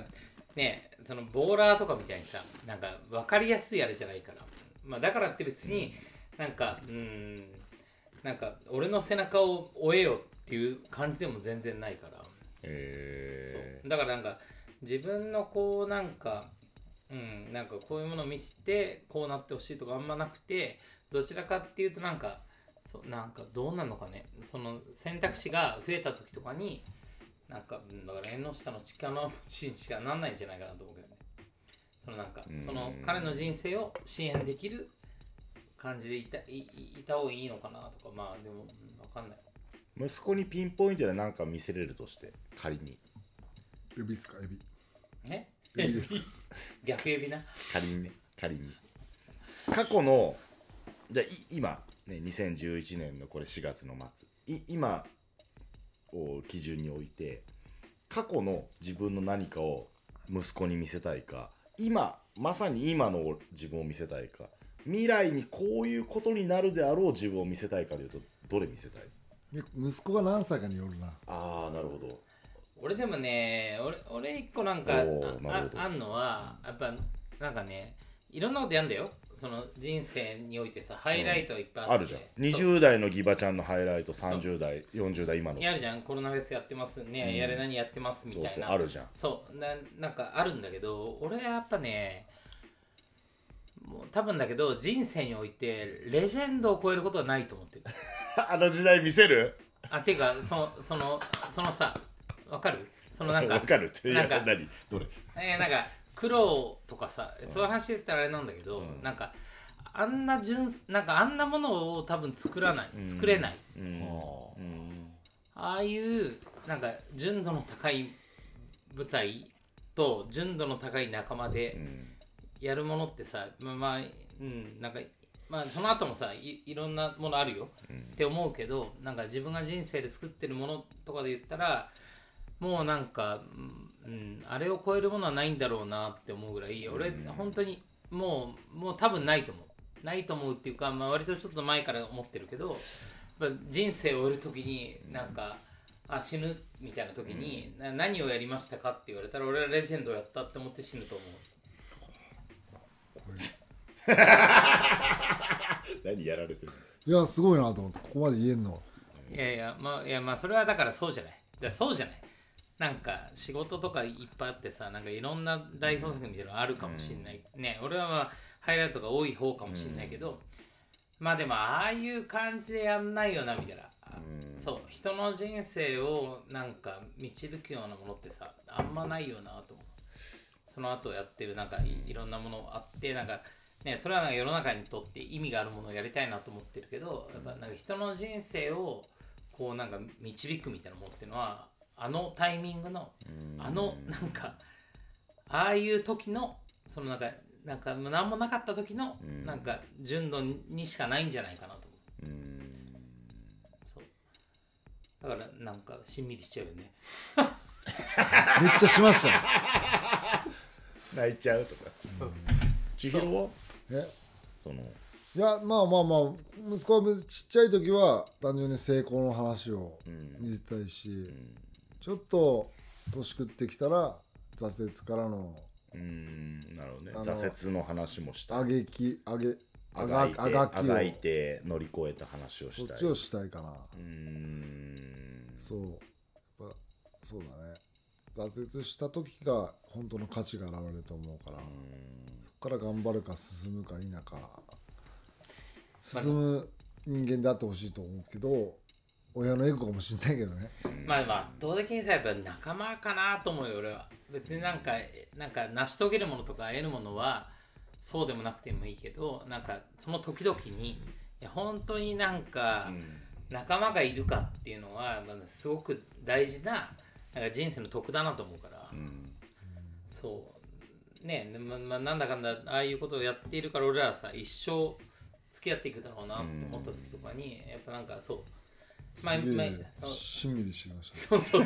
ねそのボーラーとかみたいにさなんか分かりやすいあれじゃないから、まあ、だからって別になんかなんか俺の背中を追えよっていう感じでも全然ないから、そうだからなんか自分のこうなんかなんかこういうものを見せてこうなってほしいとかあんまなくて、どちらかっていうとなんかなんかどうなのかね、その選択肢が増えた時とかになんかだから縁の下の力の持ちにしかなんないんじゃないかなと思うけどね。そのなんかその彼の人生を支援できる感じでいた方がいいのかなとか、まあでも分かんない。 息子にピンポイントで何か見せれるとして仮にエビっすか？エビえエビですか？ 逆エビな。 仮に過去のじゃあ今ね2011年のこれ4月の末今を基準に置いて過去の自分の何かを息子に見せたいか、今まさに今の自分を見せたいか、未来にこういうことになるであろう自分を見せたいかでいうとどれ見せたい？ 息子が何歳かによるな。 ああなるほど。 俺でもね俺一個なんかあんのはやっぱなんかねいろんなことやんだよ、その人生においてさハイライトいっぱいあって、 あるじゃん。20代のギバちゃんのハイライト、30代40代今のやるじゃん。コロナフェスやってますね、やれ何やってますみたいな、 そうあるじゃん。 そうなんかあるんだけど、俺はやっぱねもう多分だけど人生においてレジェンドを超えることはないと思ってるあの時代見せる？ ていうかそのさわかる？そのなんかわかるってなんか何どれ？ なんか苦労とかさ、そういう話で言ったらあれなんだけど、なんかあんなものを多分作れない、ああいうなんか純度の高い舞台と純度の高い仲間でやるものってさ、なんかまあその後もさ いろんなものあるよって思うけど、なんか自分が人生で作ってるものとかで言ったらもうなんか、あれを超えるものはないんだろうなって思うぐらい、俺本当にもう多分ないと思うっていうか、まあ、割とちょっと前から思ってるけど、人生を終える時になんか死ぬみたいな時に、何をやりましたかって言われたら俺はレジェンドをやったって思って死ぬと思う。 何やられてる？ いやすごいなと思って、ここまで言えんの。 いやまあそれはだからそうじゃない。そうじゃない。なんか仕事とかいっぱいあってさ、なんかいろんな代表作みたいなのあるかもしれない、ね。俺はまあハイライトが多い方かもしれないけど、まあでもああいう感じでやんないよなみたいな。そう人の人生をなんか導くようなものってさあんまないよなと思う。その後やってるなんかいろんなものあって、なんかね、それはなんか世の中にとって意味があるものをやりたいなと思ってるけど、やっぱなんか人の人生をこうなんか導くみたいなものっていうのはあのタイミングのなんかああいう時のそのなんか何もなかった時のなんか純度にしかないんじゃないかなと思う。そうだからなんかしんみりしちゃうよね。 めっちゃしましたね。 泣いちゃうとか。千尋は？ いやまあ息子はちっちゃい時は単純に成功の話を見せたいし、ちょっと年食ってきたら挫折からのなるほどね。挫折の話もしたい。 あがいて乗り越えた話をしたい。 そっちをしたいかな。そうやっぱそうだね。挫折した時が本当の価値が現れると思うから、そこから頑張るか進むか否か、進む人間であってほしいと思うけど、親のエゴかもしれないけどね。 まあ圧倒的にさやっぱ仲間かなと思うよ俺は。別になんか成し遂げるものとか得るものはそうでもなくてもいいけど、なんかその時々に本当になんか仲間がいるかっていうのはすごく大事な、なんか人生の得だなと思うから、そうね、なんだかんだああいうことをやっているから俺らはさ一生付き合っていくだろうなと思った時とかにやっぱなんかそうしんみりしてきました。 そう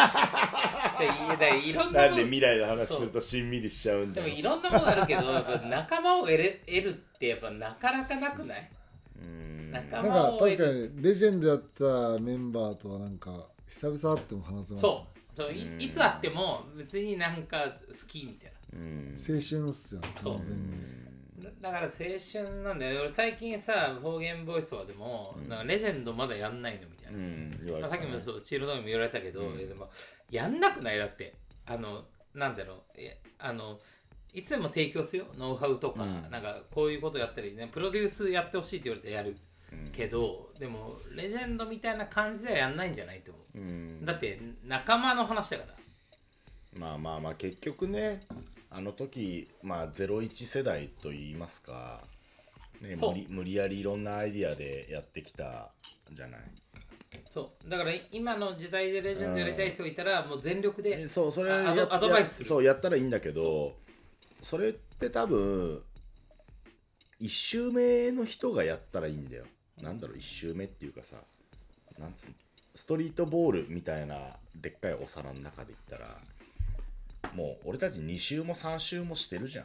いろんななんで未来の話するとしんみりしちゃうんだよ。 でもいろんなものあるけどやっぱ仲間を得るってやっぱなかなかなくない？仲間を確かにレジェンドやったメンバーとはなんか久々会っても話せます、ね。 そそういつあっても別になんか好きみたい青春っすよね完全に。 な。だから青春なんだよ。俺最近さ方言ボイスとかでも、なんかレジェンドまだやんないのみたいな、さっきもそうチールドにも言われたけど、でもやんなくない？だってなんだろう、いつでも提供するよ、ノウハウとか、なんかこういうことやったりね、プロデュースやってほしいって言われてやるけど、でもレジェンドみたいな感じではやんないんじゃないと思う、だって仲間の話だから。 まあ結局ね、あの時、01世代といいますか、ね、無理やりいろんなアイディアでやってきたじゃない。 そうだから今の時代でレジェンドやりたい人がいたらもう全力でそれアドバイスする。 そうやったらいいんだけど、それって多分1周目の人がやったらいいんだよ。なんだろう、1周目っていうかさ、なんつうの、ストリートボールみたいなでっかいお皿の中で言ったら、もう俺たち2周も3周もしてるじゃん、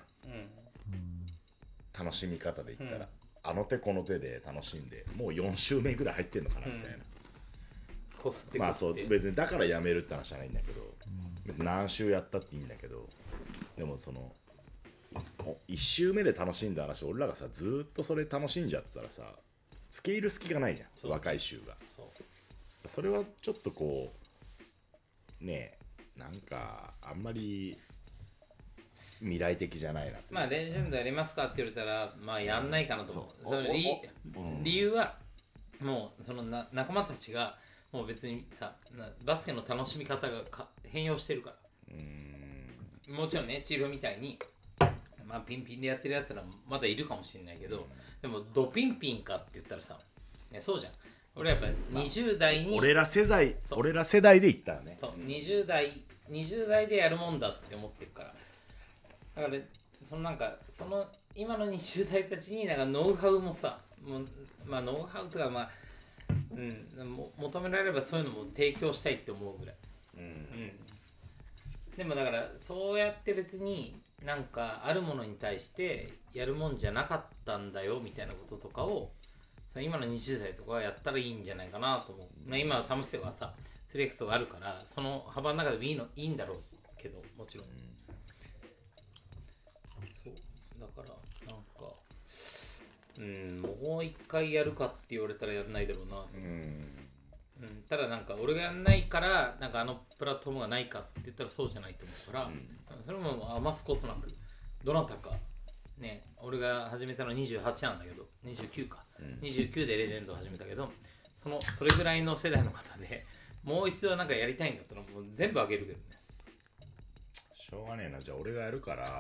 楽しみ方で言ったら、あの手この手で楽しんでもう4周目ぐらい入ってんのかなみたいな、 こすってそう別にだからやめるって話じゃないんだけど、別に何周やったっていいんだけど、でもその1周目で楽しんだ話、俺らがさずーっとそれ楽しんじゃってたらさ、付け入る隙がないじゃん、若い衆が。それはちょっとこうねえ、なんかあんまり未来的じゃないな。 レジェンドやりますかって言われたらやんないかなと思う。その理由はもうその仲間たちがもう別にさ、バスケの楽しみ方が変容してるから。もちろんね、チールみたいにピンピンでやってるやつらまだいるかもしれないけど、でもドピンピンかって言ったらさ、ね、そうじゃん。俺やっぱ20代に、 俺ら世代で言ったらね、 そう20代でやるもんだって思ってるから。だからその今の20代たちになんかノウハウもさ、ノウハウとか求められればそういうのも提供したいって思うぐらい、でもだからそうやって別になんかあるものに対してやるもんじゃなかったんだよみたいなこととかを今の20代とかはやったらいいんじゃないかなと思う。今はサムステがさ 3X があるからその幅の中でもいいんだろうけど、もちろん、そうだからなんかもう一回やるかって言われたらやらないだろうなと、ただなんか俺がやんないからなんかあのプラットフォームがないかって言ったらそうじゃないと思うから、それも余すことなくどなたかね、俺が始めたの28なんだけど29か、29でレジェンドを始めたけど、それぐらいの世代の方でもう一度なんかやりたいんだったらもう全部あげるけどね。 しょうがねえな、じゃあ俺がやるから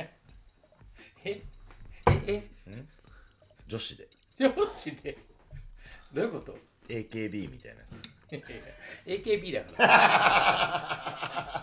女子でどういうこと？ AKB みたいなやつ AKB だから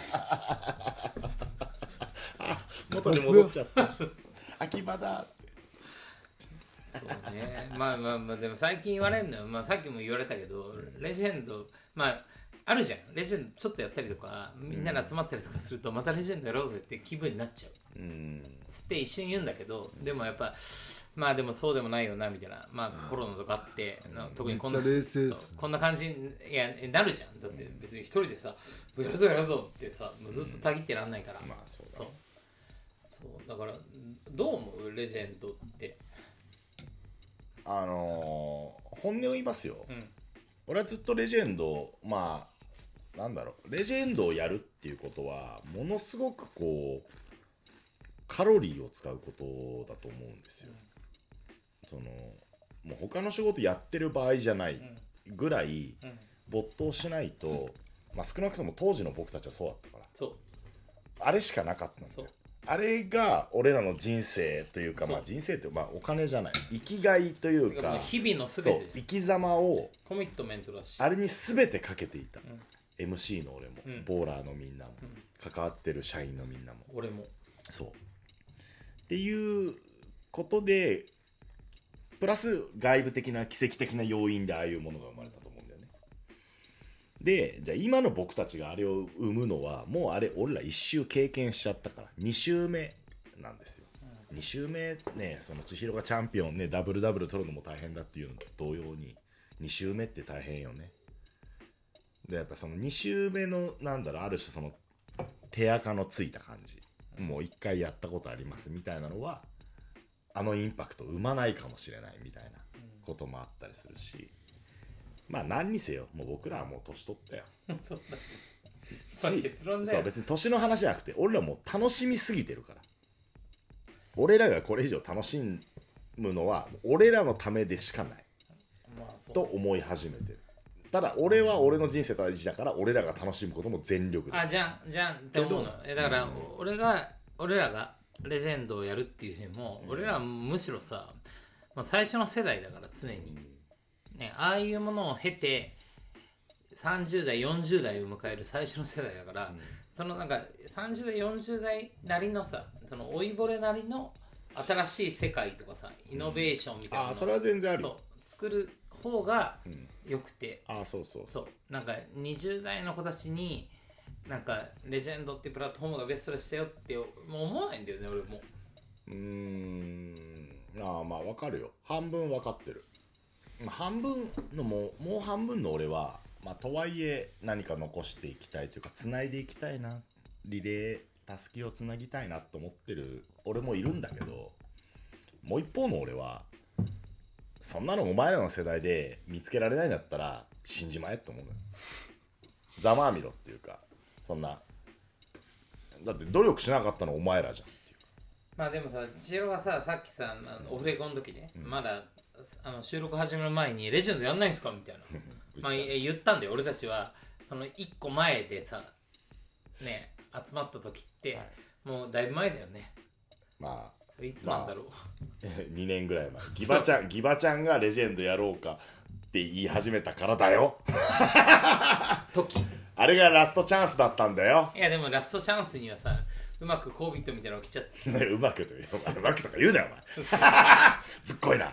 元に戻っちゃった秋葉だって。 そうね、でも最近言われるのよ、さっきも言われたけど、レジェンドあるじゃん、レジェンドちょっとやったりとかみんなで集まったりとかすると、またレジェンドやろうぜって気分になっちゃう、つって一瞬言うんだけど、でもやっぱでもそうでもないよなみたいな、コロナとかあって特にこんな感じになるじゃん。だって別に一人でさやるぞってさずっとたぎってらんないから、そうだからどう思うレジェンドって。 本音を言いますよ、俺はずっとレジェンドなんだろう、レジェンドをやるっていうことはものすごくこうカロリーを使うことだと思うんですよ、もう他の仕事やってる場合じゃないぐらい没頭しないと、少なくとも当時の僕たちはそうだったから、あれしかなかったんだよ。あれが俺らの人生というか、人生ってお金じゃない、生きがいというか、 日々のすべて、 生き様をコミットメントだし、 あれに全てかけていた、MC の俺も、ボーラーのみんなも、関わってる社員のみんなも、 俺もそうっていうことで、プラス外部的な奇跡的な要因でああいうものが生まれたと思うんだよね。で、じゃあ今の僕たちがあれを生むのは、もうあれ俺ら1周経験しちゃったから2周目なんですよ、2周目ね、その千尋がチャンピオンね、ダブルダブル取るのも大変だっていうのと同様に2周目って大変よね。 でやっぱその2周目のなんだろう、ある種その手垢のついた感じ、もう1回やったことありますみたいなのはあのインパクト生まないかもしれないみたいなこともあったりするし、まあ何にせよもう僕らはもう年取ったよそうだまあ結論だよ。 そう別に年の話じゃなくて俺らもう楽しみすぎてるから、俺らがこれ以上楽しむのは俺らのためでしかない、 まあそうと思い始めてる。ただ俺は俺の人生大事だから俺らが楽しむことも全力で。 じゃんって思うの。だから、俺らがレジェンドをやるっていうよりも、俺らはむしろさ、まあ、最初の世代だから常に、ね、ああいうものを経て30代40代を迎える最初の世代だから、そのなんか30代40代なりのさ、その老いぼれなりの新しい世界とかさ、イノベーションみたいなのを、 それは全然ある。 そう作る方がよくて、そうなんか20代の子たちになんかレジェンドっていうプラットフォームがベストでしたよってもう思わないんだよね俺も。 まあ分かるよ、半分分かってる。半分のもう半分の俺はまあとはいえ何か残していきたいというか繋いでいきたいな、リレーたすきをつなぎたいなと思ってる俺もいるんだけど、もう一方の俺はそんなのお前らの世代で見つけられないんだったら死んじまえって思うのよ。ざまあみろっていうか、そんなだって努力しなかったのお前らじゃんっていう。 まあでもさ、千尋がさっきさオフレコの時ね、まだ収録始める前にレジェンドやんないんですかみたいなまあ言ったんだよ。俺たちはその1個前でさね集まった時って、もうだいぶ前だよね。 まあそれいつなんだろう、 2年ぐらい前、ギバちゃんがレジェンドやろうかって言い始めたからだよ時あれがラストチャンスだったんだよ。 いやでもラストチャンスにはさ、うまくコービットみたいなの来ちゃってうまくとか言うなよお前ずっこいな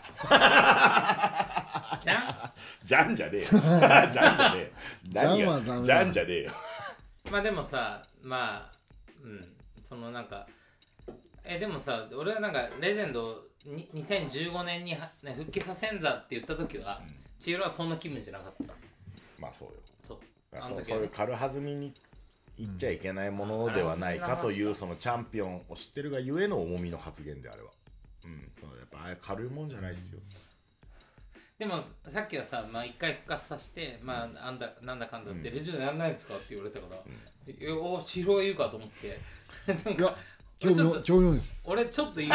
じゃんじゃねえよじゃんじゃねえよまあでもさ、まあそのなんかでもさ、俺はなんかレジェンドに2015年に復帰させんざって言った時は、千尋はそんな気分じゃなかった。 まあそうよ。 そういう軽はずみに言っちゃいけないものではないかというそのチャンピオンを知ってるがゆえの重みの発言であれば、そうやっぱあれ軽いもんじゃないですよ。 でもさっきはさ、まあ、1回復活させて、まあ、なんだかんだってレジェンドやんないんですかって言われたから、お千尋が言うかと思っていや興味です。 俺ちょっと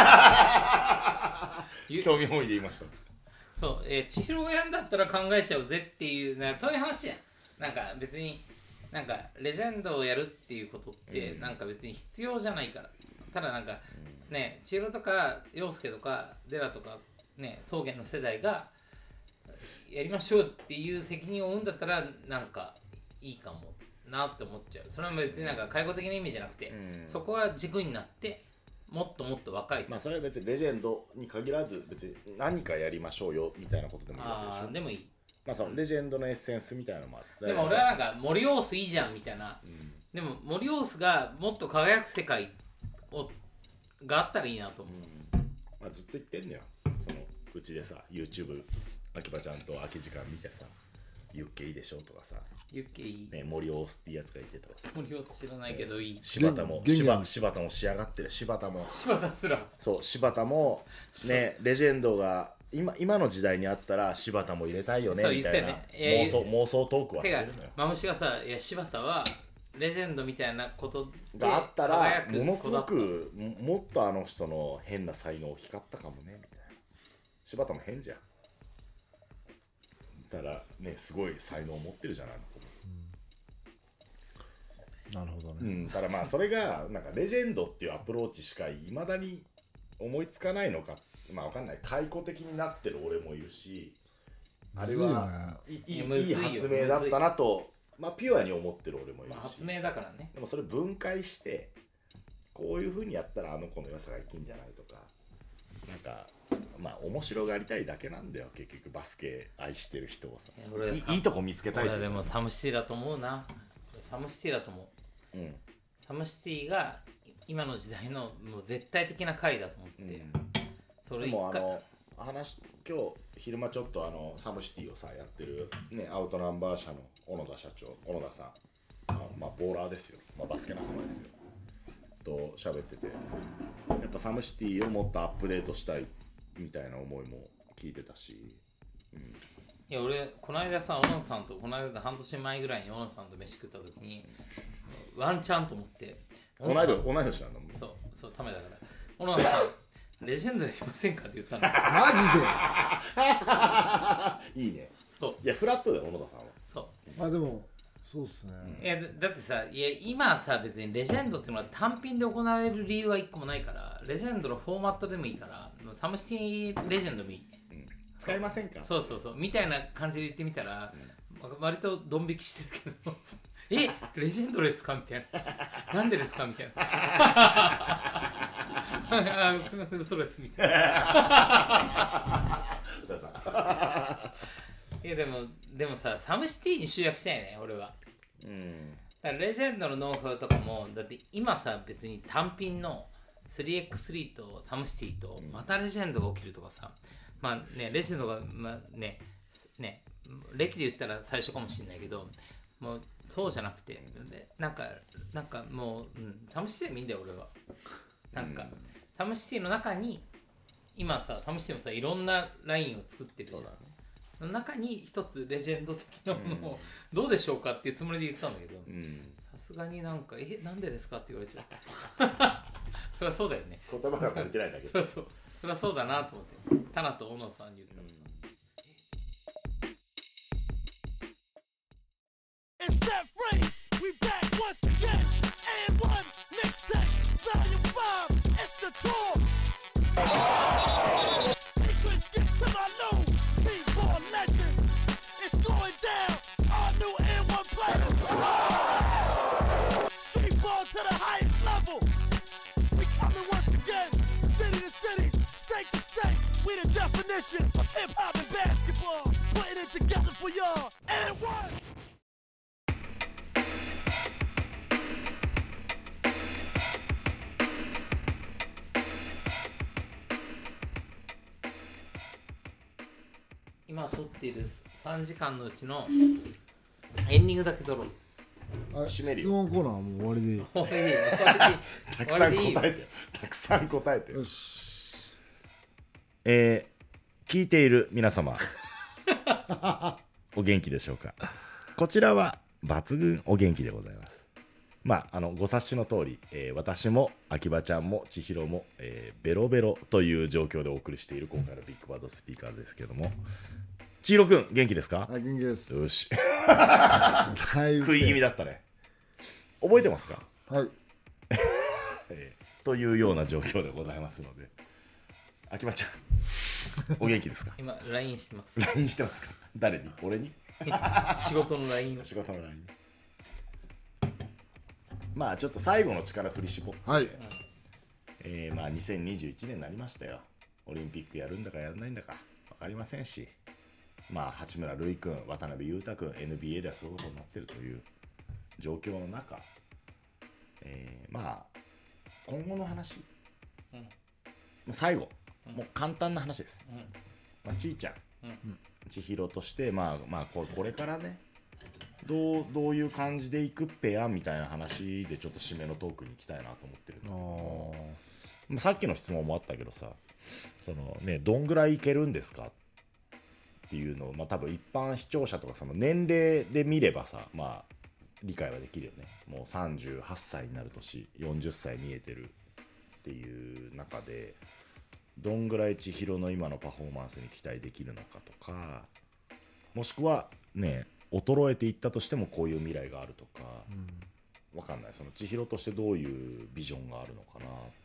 興味本位で言いました。 そう、千尋がやるんだったら考えちゃうぜっていうそういう話やん。なんか別になんかレジェンドをやるっていうことってなんか別に必要じゃないから、ただなんかね、千尋とか陽介とかデラとかね、草原の世代がやりましょうっていう責任を負うんだったらなんかいいかもなって思っちゃう。それは別になんか介護的な意味じゃなくて、そこは軸になってもっともっと若いまあそれは別にレジェンドに限らず別に何かやりましょうよみたいなことでもいいわけでしょ。 でもいい。 まあそのレジェンドのエッセンスみたいなのもあって、 でも俺はなんか森オースいいじゃんみたいな、でも森オースがもっと輝く世界があったらいいなと思う。 まあずっと言ってんのよ。そのうちでさ YouTube 秋葉ちゃんと空き時間見てさ、ユッケいいでしょとかさ、 ユッケいいね、森オースっていうやつがいてとかさ、 森オース知らないけどいい。 柴田も仕上がってる。柴田も柴田もねレジェンドが今の時代にあったら柴田も入れたいよねみたいな妄想トークはしてるのよ。 マムシがさ、いや柴田はレジェンドみたいなことがあったらものすごくもっとあの人の変な才能光ったかもねみたいな。柴田も変じゃん。だからね、すごい才能を持ってるじゃないの。なるほどね。 ただまあそれがなんかレジェンドっていうアプローチしかいまだに思いつかないのか、まあわかんない。解雇的になってる俺もいるし、あれはいい発明だったなと、まあピュアに思ってる俺もいるし、 発明だからね。 でもそれ分解してこういう風にやったらあの子の良さが生きんじゃないとか、なんかまあ面白がりたいだけなんだよ結局。バスケ愛してる人をさ、いいとこ見つけたい。 俺でもサムシティだと思うな。サムシティだと思う。サムシティが今の時代のもう絶対的な回だと思って、それでも今日昼間ちょっとサムシティをさやってるねアウトナンバー社の小野田社長、小野田さん、まあボーラーですよ、まあ、バスケ仲間ですよと喋ってて、やっぱサムシティをもっとアップデートしたいみたいな思いも聞いてたし、 いや俺この間さ、小野さんとこの間半年前ぐらいに小野さんと飯食った時にワンチャンと思って、 同い年なんだもん。 そうためだから、小野さんレジェンドやりませんかって言ったの。 マジでいいね。 そういやフラットだよ小野田さんは。 そうまあでもそうっすね、 いやだってさ、いや今さ別にレジェンドっていうのは単品で行われる理由は一個もないから、レジェンドのフォーマットでもいいから、サムシティレジェンドもいい、 使いませんか。 そうみたいな感じで言ってみたら、割とドン引きしてるけどレジェンドですかみたいな、なんでですかみたいなすみません嘘ですみたいないやでもさ、サムシティに集約したいね俺は。だからレジェンドのノウハウとかもだって今さ別に単品の 3x3 とサムシティとまたレジェンドが起きるとかさ、まあねレジェンドがね歴で言ったら最初かもしれないけど、もうそうじゃなくてなんかもう、サムシティでもいいんだよ俺は。なんか、サムシティの中に今さサムシティもさいろんなラインを作ってるじゃん。の中に一つレジェンド的なものをどうでしょうかっていうつもりで言ったんだけど、さすがになんかなんでですかって言われちゃったそりゃそうだよね、 言葉が足りてないだけそりゃそうだなと思ってタナと小野さんに言ったらさ、 It's set free. We back once again. A1 mixtape, volume 5. It's the tour. Secrets get to my loom. P4 legend. It's going down. All new A1 players. Street ball to the highest level. We coming once again. City to city, state to state. We the definition of hip hop and basketball. Putting it together for y'all. A1. 今撮っている3時間のうちのエンディングだけ撮ろう。 締めるよ。 質問コーナーはもう終わりでいい。 終わりでいいたくさん答えてよ。たくさん答えてよ。 よし。 聞いている皆様お元気でしょうか。こちらは抜群お元気でございます。まあご察しの通り、私も秋葉ちゃんも千尋も、ベロベロという状況でお送りしている今回のビッグバードスピーカーズですけども、千尋くん元気ですか。 元気です。 よしだいぶ食い気味だったね。覚えてますか。 はい。 というような状況でございますので、秋葉ちゃんお元気ですか。 今 LINE してます。 LINE してますか。誰に。俺に。 仕事の LINE を。 仕事の LINE。まあちょっと最後の力振り絞って、 はい。 まあ2021年になりましたよ。オリンピックやるんだかやらないんだか分かりませんし、まあ八村塁君、渡辺裕太君 NBA ではそういうことになってるという状況の中、まあ今後の話、最後、もう簡単な話です。まあ、ちいちゃん、千尋としてまあこれからね、どういう感じでいくペアみたいな話でちょっと締めのトークに行きたいなと思ってるんだけど、さっきの質問もあったけどさ、そのね、どんぐらいいけるんですかっていうのを、まあ、多分一般視聴者とかその年齢で見ればさ、まあ理解はできるよね。もう38歳になる年、40歳見えてるっていう中で、どんぐらい千尋の今のパフォーマンスに期待できるのかとか、もしくはね、衰えていったとしてもこういう未来があるとか、わかんない。その千尋としてどういうビジョンがあるのかな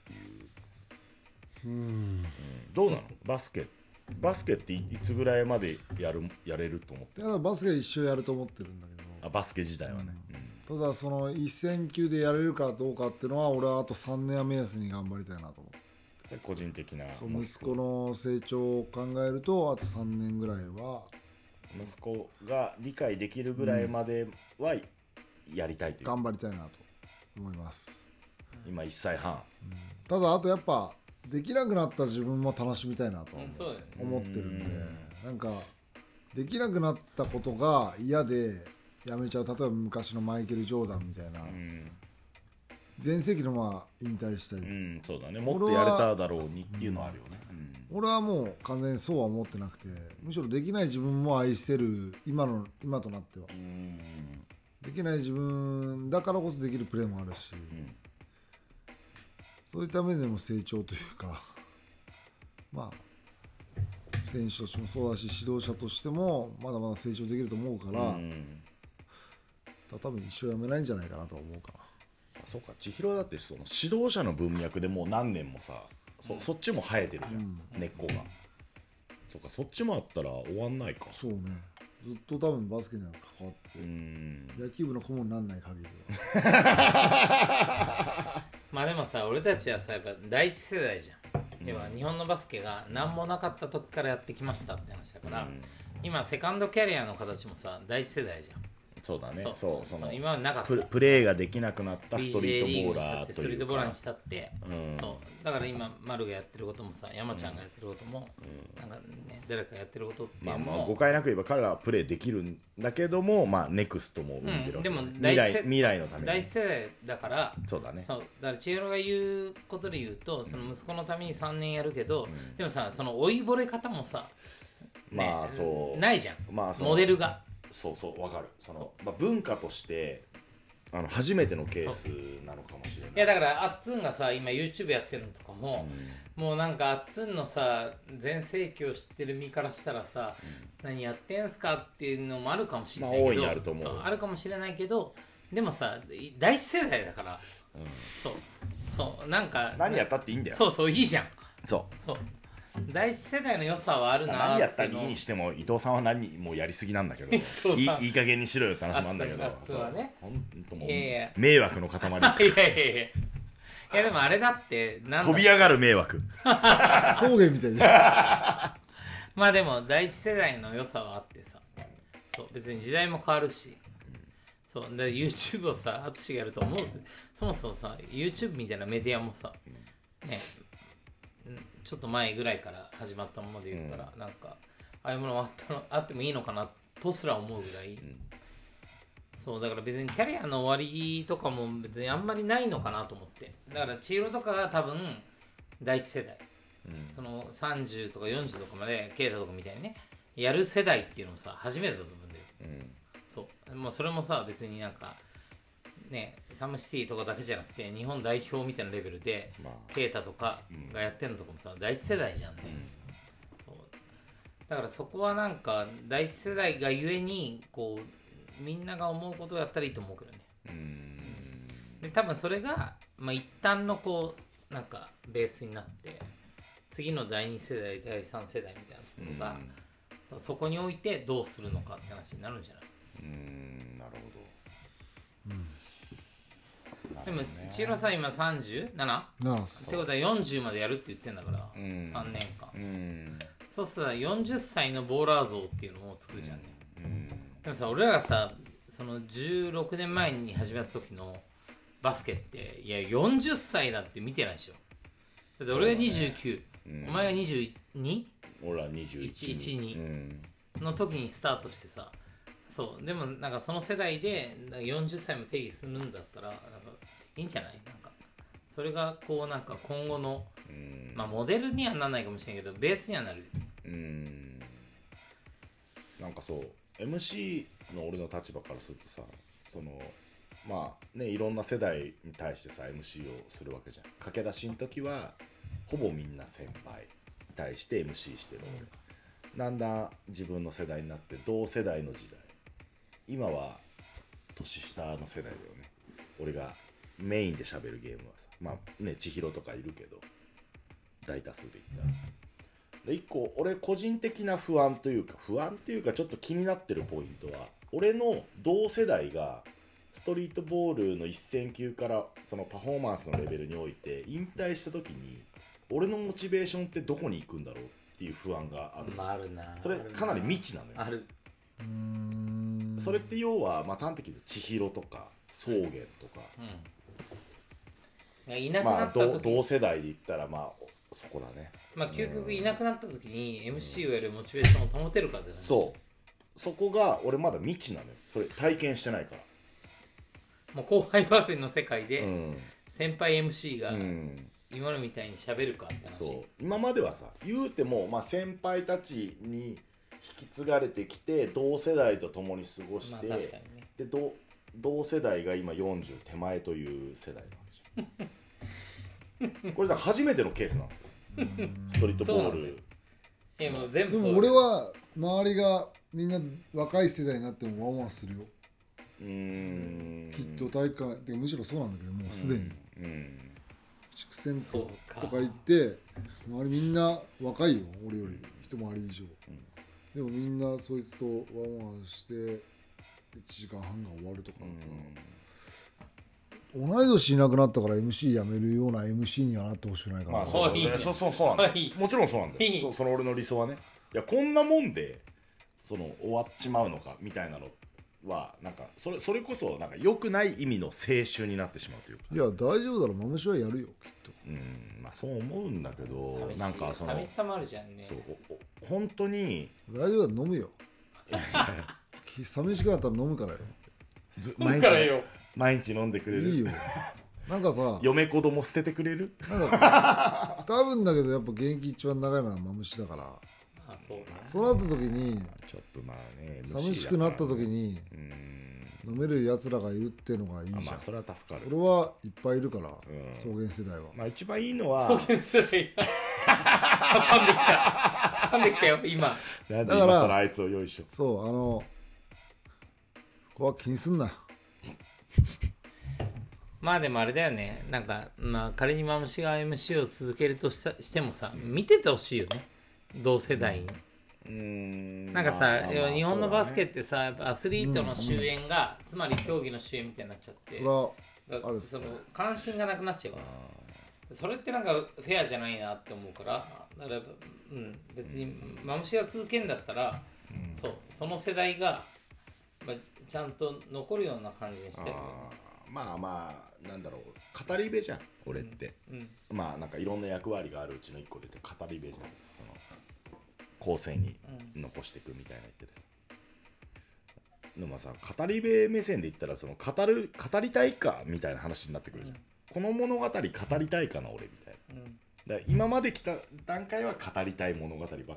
っていう。どうなの。バスケっていつぐらいまでやれると思ってる。 いやバスケ一生やると思ってるんだけど、 バスケ自体はね、 ただその一戦級でやれるかどうかっていうのは俺はあと3年は目安に頑張りたいなと思って。 個人的なそう息子の成長を考えるとあと3年ぐらいは息子が理解できるぐらいまではやりたいという、 頑張りたいなと思います。 今1歳半、 ただあとやっぱできなくなった自分も楽しみたいなとそうだよね。 思ってるんで、なんかできなくなったことが嫌でやめちゃう、例えば昔のマイケル・ジョーダンみたいな、全盛期のまあ引退したり、 そうだね、もっとやれただろうにっていうのはあるよね。 俺はもう完全にそうは思ってなくて、むしろできない自分も愛せる、今となっては、できない自分だからこそできるプレーもあるし、そういった面でも成長というか、まあ選手としてもそうだし指導者としてもまだまだ成長できると思うから、多分一生やめないんじゃないかなとは思うかな。 そうか、千尋だってその指導者の文脈でもう何年もさ、そっちも生えてるじゃん、根っこが。そうか、そっちもあったら終わんないか。 そうね、ずっと多分バスケには関わって、野球部の顧問にならない限りはまあでもさ、俺たちはさ、やっぱ第一世代じゃん。要は日本のバスケが何もなかった時からやってきましたって話だから、今セカンドキャリアの形もさ、第一世代じゃん。 そうだね、 その今はなかったプレーができなくなったストリートボーラーというか、 ストリートボーラーにしたって、そうだから今丸がやってることもさ、山ちゃんがやってることも、なんかね、誰かやってることっていうのも、 まあ誤解なく言えば彼らはプレーできるんだけども、まあネクストも生んでるわけ、 でも未来のために第一世代だから、 そうだね、 そうだから千尋が言うことで言うと、その息子のために3年やるけど、でもさ、その追い惚れ方もさ、 まあそうないじゃん、 まあモデルが。 そう分かる、まあ、文化として初めてのケースなのかもしれない。 いやだからあっつんがさ今 YouTube やってるのとかも、もうなんかあっつんのさ全盛期を知ってる身からしたらさ、何やってんすかっていうのもあるかもしれないけど、 まあ大いにあると思う。 そうあるかもしれないけど、でもさ第一世代だから、そうなんか何やったっていいんだよ。 そういいじゃん。 そう第一世代の良さはあるなーって。 何やったらいいにしても伊藤さんは何もうやりすぎなんだけどいい加減にしろよって話もあるんだけど、本当もう迷惑の塊いやでもあれだって飛び上がる迷惑草原みたいなまあでも第一世代の良さはあってさ、そう別に時代も変わるし、そうで YouTube をさ淳がやると思う、そもそもさ YouTube みたいなメディアもさね、ちょっと前ぐらいから始まったもので言ったら、なんかああいうものあってもいいのかなとすら思うぐらい、そうだから別にキャリアの終わりとかも別にあんまりないのかなと思って、だから千尋とかが多分第一世代、その30とか40とかまで啓太とかみたいにねやる世代っていうのもさ初めてだと思うんだよ、そうまあそれもさ別になんかね、サムシティとかだけじゃなくて日本代表みたいなレベルで啓太とかがやってるのとかもさ第一世代じゃんね、そうだからそこはなんか第一世代がゆえにこうみんなが思うことをやったらいいと思うけどね、で多分それが、まあ、一旦のこうなんかベースになって次の第二世代第三世代みたいなところが、そこにおいてどうするのかって話になるんじゃない？ なるほど。 でも千尋さん今 37？ ってことは40までやるって言ってんだから、3年間、そうしたら40歳のボーラー像っていうのを作るじゃんね、でもさ俺らがさその16年前に始めた時のバスケっていや40歳だって見てないでしょ。だって俺が29、お前が 22？ 俺ら21、 の時にスタートしてさ、そうでもなんかその世代で40歳も定義するんだったらなんかいいんじゃない？なんかそれがこうなんか今後の、まあモデルにはならないかもしれないけどベースにはなる。 なんかそう MC の俺の立場からするとさ、そのまあねいろんな世代に対してさ MC をするわけじゃん。駆け出しの時はほぼみんな先輩に対して MC してる俺、だんだん自分の世代になって同世代の時代、今は年下の世代だよね。俺がメインで喋るゲームはさ、まあね千尋とかいるけど大多数で言ったら。で一個俺個人的な不安というかちょっと気になってるポイントは、俺の同世代がストリートボールの一線級からそのパフォーマンスのレベルにおいて引退した時に俺のモチベーションってどこに行くんだろうっていう不安があるんですよ。 まあ、あるな。 それかなり未知なのよ。 ある。 それって要は、まあ、端的に千尋とか草原とか、 いなくなった時、 同世代で言ったら、まあ、 そこだね。 まあ究極いなくなった時に MC をやるモチベーションを保てるかだよね。 そこが俺まだ未知なのよ。それ体験してないから。 もう後輩バーベの世界でうん先輩 MC がうん今のみたいに喋るかって話。 そう今まではさ言うても、まあ、先輩たちに引き継がれてきて同世代と共に過ごしまあて、 確かにね。 で同世代が今40手前という世代なわけじゃんこれだから初めてのケースなんですよストリートボール。 もう全部でそうも俺は周りがみんな若い世代になってもワンワンするよ。きっと体育館でむしろそうなんだけどもうすでに畜生とか言って周りみんな若いよ俺より一回り以上、でもみんなそいつとワンワンして1時間半が終わるとかだから、同い年いなくなったから MC やめるような MC にはなってほしくないから、 まあそういいねそうなんだよいいもちろんそうなんだよいいその俺の理想はね。いやこんなもんで終わっちまうのかみたいなのはなんかそれこそなんか良くない意味の青春になってしまうというか。 いや大丈夫だろマムシはやるよきっと。 まあそう思うんだけどなんか寂しさもあるじゃんね。 そう本当に大丈夫だ飲むよ寂しくなったら飲むからよ。 毎からよ毎日飲んでくれる。 いいよなんかさ嫁子供捨ててくれる。 なんか多分だけどやっぱ現役一番長いのはマムシだから、 あそうね。 そうなった時にちょっとまあね寂しくなった時に飲めるやつらがいるっていうのがいいじゃん。 まあそれは助かる。 それはいっぱいいるから、草原世代は。 まあ一番いいのは貢献する挟んできたよ今。 なんでだから今更あいつをよいしょ。 そうここは気にすんな。 まあでもあれだよね、なんかまあ仮にマムシが MC を続けるとしてもさ、見ててほしいよね同世代に。なんかさ、 まあ日本のバスケっそてさ、やっぱアスリートの終焉が、つまり競技の終焉みたいになっちゃって、 それはあるっすその関心がなくなっちゃうからそれってなんかフェアじゃないなって思うから、だから、別にマムシが続けんだったら、その世代が、まあ、ちゃんと残るような感じにしてるよね。 まあまあなんだろう語り部じゃん俺って、まあなんかいろんな役割があるうちの一個で語り部じゃん。その後世に残していくみたいな言ってです、でもさ語り部目線で言ったらその語りたいかみたいな話になってくるじゃん、この物語語りたいかな俺みたいな、だから今まで来た段階は語りたい物語ばっかりだった、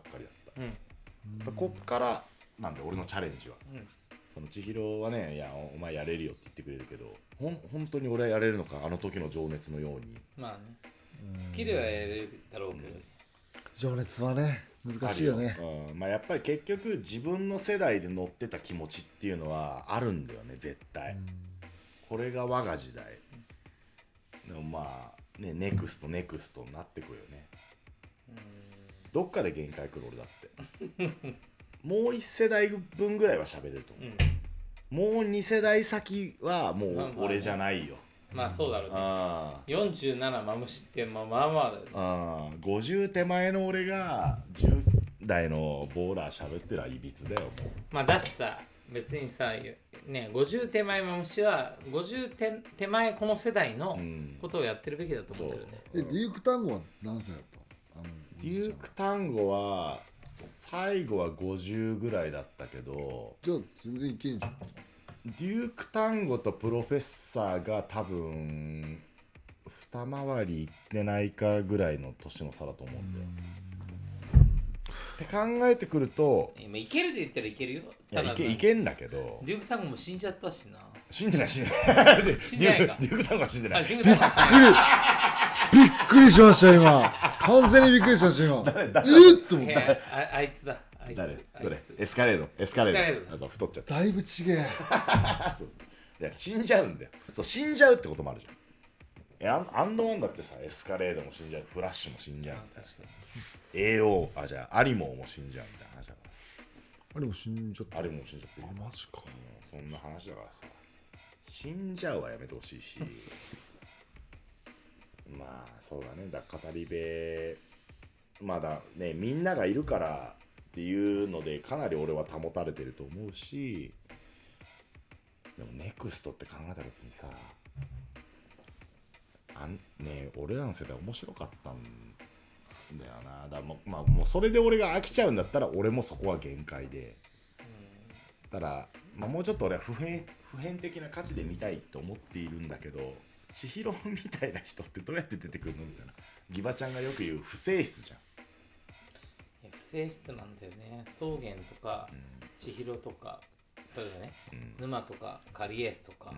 だからこっからなんで俺のチャレンジは、その千尋はねいやお前やれるよって言ってくれるけど本当に俺はやれるのかあの時の情熱のように。 まあね、スキルはやれるだろうけど、 情熱はね難しいよね。 まあ、やっぱり結局自分の世代で乗ってた気持ちっていうのはあるんだよね絶対、これが我が時代でもまあねネクストになってくるよね、どっかで限界来る俺だってもう1世代分ぐらいは喋れると思う、もう2世代先はもう俺じゃないよ、 まあそうだろうね。 あ 47マムシってまあまあだよね。 あ50手前の俺が10代のボーラー喋ってるはいびつだよもう。 まあだしさ、別にさ、ね、50手前マムシは50手前この世代のことをやってるべきだと思ってるね。 デューク単語は何歳だったの？ デューク単語は最後は50ぐらいだったけど、 じゃあ全然いけんじゃん。 デューク単語とプロフェッサーが多分二回りいってないかぐらいの年の差だと思うんだよ。って考えてくると今いけるで言ったらいけるよ。 いやただいけんだけど、 デュークタンゴも死んじゃったしな。 死んでない死んでないか。 デューク単語は死んでない。 デュークタンゴは死んでない。 びっくりしました今。完全にびっくりしました今。と思って。 あいつだ。 誰どれ？エスカレードあそう太っちゃった。 だいぶちげえ。 そういや死んじゃうんだよ。そう死んじゃうってこともあるじゃん。アンドワンだってさエスカレードも死んじゃう、フラッシュも死んじゃうみたいな。AO じゃあアリモーも死んじゃうみたいな話だからさ。 あれも死んじゃった。 アリモーも死んじゃってる。 マジか。 そんな話だからさ死んじゃうはやめてほしいしまあそうだね、だから語り部まだねみんながいるからっていうのでかなり俺は保たれてると思うし、でもネクストって考えた時にさね俺らの世代面白かったんだよな。だからまあもうそれで俺が飽きちゃうんだったら俺もそこは限界で、ただ、まあ、もうちょっと俺は普遍的な価値で見たいと思っているんだけど、千尋みたいな人ってどうやって出てくるのみたいな。ギバちゃんがよく言う不正室じゃん。 いや不正室なんだよね。草原とか、千尋とか例えばね、沼とかカリエースとか、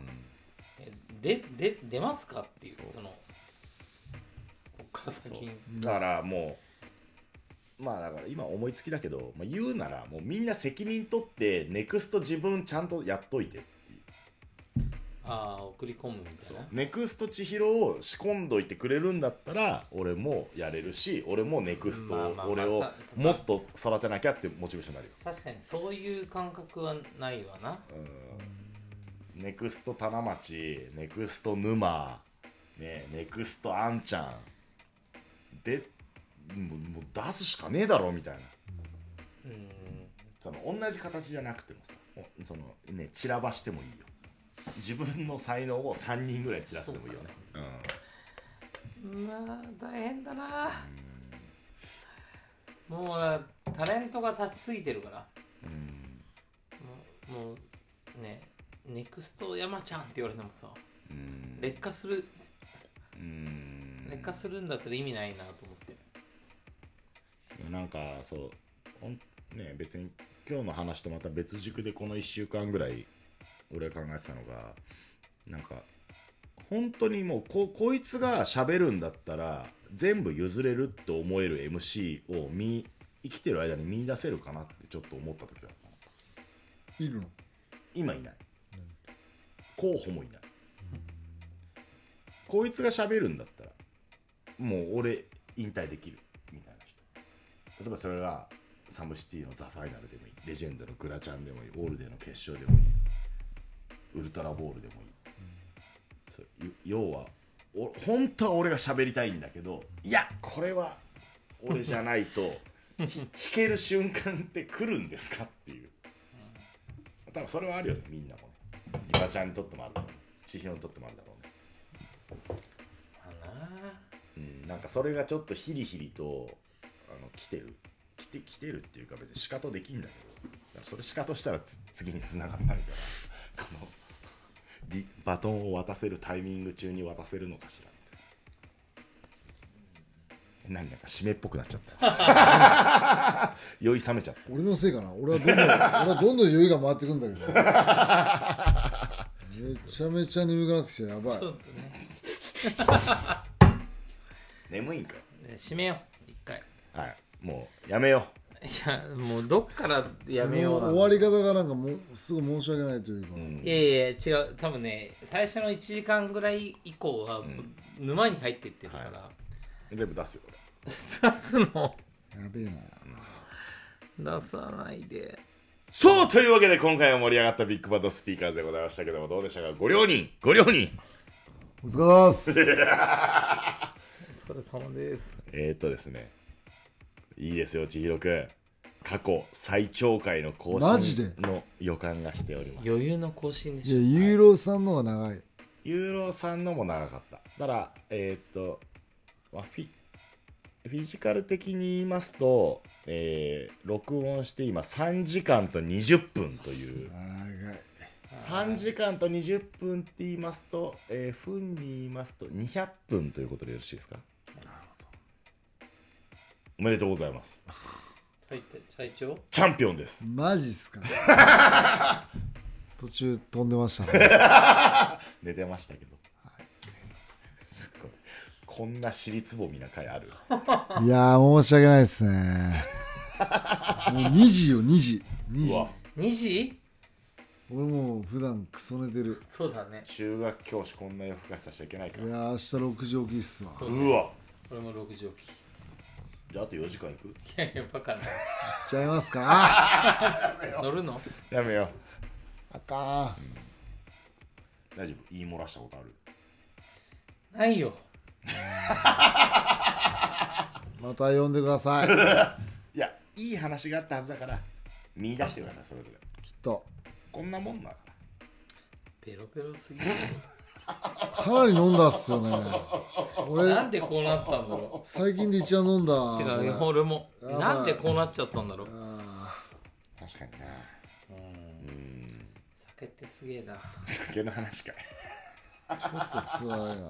出ますかっていう、そのこっから先に。 だからもうまあだから今思いつきだけど、まあ、言うならもうみんな責任取ってネクスト自分ちゃんとやっといてっていう。 ああ、送り込むみたいな。 ネクスト千尋を仕込んどいてくれるんだったら俺もやれるし、俺もネクスト俺をもっと育てなきゃってモチベーションになるよ。 確かにそういう感覚はないわな。 ネクスト棚町、ネクスト沼、ね、ネクストあんちゃんでもう出すしかねえだろみたいな。その同じ形じゃなくてもさ、そのね散らばしてもいいよ。自分の才能を3人ぐらい散らすでもいいよね。 まあ大変だな。もうタレントが立ちすぎてるから。もうね、ネクスト山ちゃんって言われてもさ、劣化するんだったら意味ないなと思って。 なんかそうね、別に今日の話とまた別軸でこの1週間ぐらい俺が考えてたのが、なんか本当にもうこいつが喋るんだったら全部譲れるって思える MC を生きてる間に見出せるかなってちょっと思った時があった。 いるの？ 今いない。候補もいない。こいつが喋るんだったらもう俺引退できるみたいな人。例えばそれがサムシティのザ・ファイナルでもいい、レジェンドのグラチャンでもいい、オールデーの決勝でもいい、ウルトラボールでもいい、そう要は本当は俺が喋りたいんだけど、いやこれは俺じゃないと弾ける瞬間って来るんですかっていう。多分それはあるよね、みんなもね。ギバちゃんにとってもあるだろうね、千尋にとってもあるだろうね。なんかそれがちょっとヒリヒリと来てるっていうか、別に仕方できんだけど、それ仕方したら次に繋がんないからこのバトンを渡せるタイミング中に渡せるのかしらみたいな。なんか締めっぽくなっちゃった酔い冷めちゃった。 俺のせいかな。俺はどんどん酔いが回ってくんだけどめちゃめちゃ眠くなってきてやばい。 ちょっとね眠いんかよ。 締めよう一回。 はい、もうやめよいやもうどっからやめよう終わり方がなんかもうすごい申し訳ないというか、 いや違う、多分ね最初の1時間ぐらい以降は沼に入っていってるから、 全部出すよ出すのやべえな。 出さないで。 そうというわけで今回も盛り上がったビッグバッドスピーカーズでございましたけども、どうでしたか。ご両人お疲れ様ですお疲れ様です。 ですね、いいですよ千尋くん、過去最長回の更マジで新の予感がしております。 余裕の更新でいやしょ。 ユーロさんの方が長い。 ユーロさんのも長かった。だからまあ、フィジカル的に言いますと、録音して今3時間と20分という長い。 3時間と20分って言いますと、分に言いますと200分ということでよろしいですか。 なるほおめでとうございます。 最長チャンピオンです。 ど。マジっすか途中飛んでましたね寝てましたけど、すごいこんな尻つぼみな回あるいやー申し訳ないですねもう2時よ2時うわ 2時。 俺もう普段クソ寝てる。 そうだね。 中学教師こんな夜更かしさせちゃいけないかいやー明日6時起きっすわ。 うわ俺も6時起き。 じゃああと4時間いく。 いやいやバカな。 行っちゃいますか乗るの？ やめよう。 あか大丈夫。言い漏らしたことある。 ないよ。 また呼んでくださいいやいい話があったはずだから見出してください。それぞれきっとこんなもんだから。 ペロペロすぎる。 かなり飲んだっすよね。俺なんでこうなったんだろ最近で一番飲んだ。 う。てかこれ俺もやばいなんでこうなっちゃったんだろう。 確かにな。 酒ってすげえな。 酒の話かい。 ちょっと辛いな。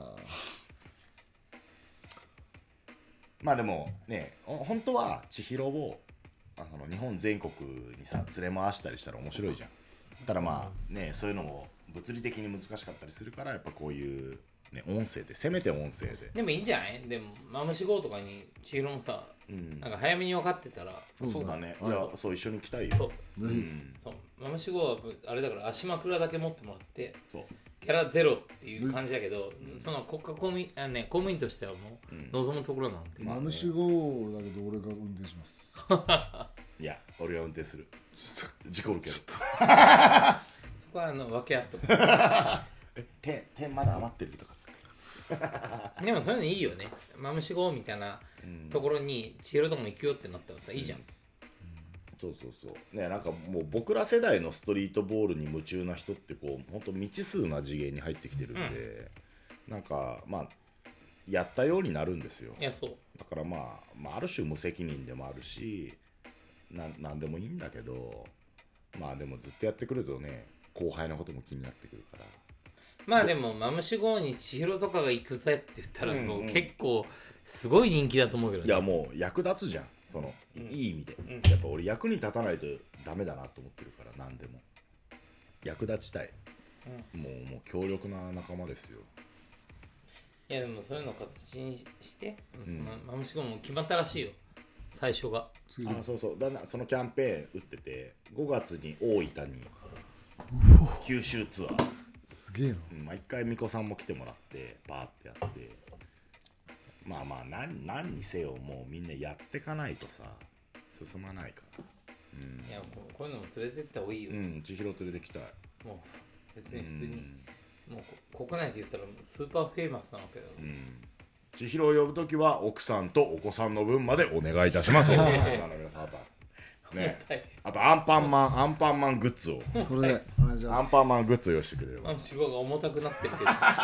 まあでもね、本当は千尋を日本全国にさ連れ回したりしたら面白いじゃん。ただまあね、そういうのも物理的に難しかったりするから、やっぱこういうね、音声で、せめて音声で。 でもいいんじゃない？でもマムシ号とかに千尋もさ、なんか早めに分かってたら、 そうだね。いや、そう一緒に来たいよ。 そうそうマムシ号はあれだから足枕だけ持ってもらって、 そう。 キャラゼロっていう感じだけど、その国家公務員公務員としてはもう望むところなんで。 マムシ号だけど俺が運転します。 いや、俺が運転する。事故るけど。 そこは分け合って点まだ余ってるとかつって。 でもそういうのいいよね。マムシ号みたいなところに千尋とかも行くよってなったらさ、いいじゃん。 そうそうそうね、なんかもう僕ら世代のストリートボールに夢中な人ってこう本当未知数な次元に入ってきてるんで、なんかまあやったようになるんですよ。 いやそうだからまあある種無責任でもあるし、なんでもいいんだけど、まあでもずっとやってくるとね、後輩のことも気になってくるから。 まあでもマムシ号に千尋とかが行くぜって言ったらもう結構すごい人気だと思うけどね。 いやもう役立つじゃん、そのいい意味で、やっぱ俺役に立たないとダメだなと思ってるから、何でも役立ちたい、もう強力な仲間ですよ。 いやでもそういうのを形にして、そのマムシ号も決まったらしいよ、最初が。 あ、そうそう、だんだんそのキャンペーン打ってて、5月に大分に九州ツアー、 すげえな。 一回巫女さんも来てもらってバーってやって、まあまあ何にせよもうみんなやってかないとさ進まないから。 いやこういうのも連れてった方がいいよ。 千尋連れてきたい。 もう別に普通に、もう国内で言ったらスーパーフェイマスなわけだろ。 千尋を呼ぶときは奥さんとお子さんの分までお願いいたします。皆さんね、あとアンパンマングッズをそれでお願いします。 アンパンマングッズを用意してくれれば。 マムシ号が重たくなってるけど。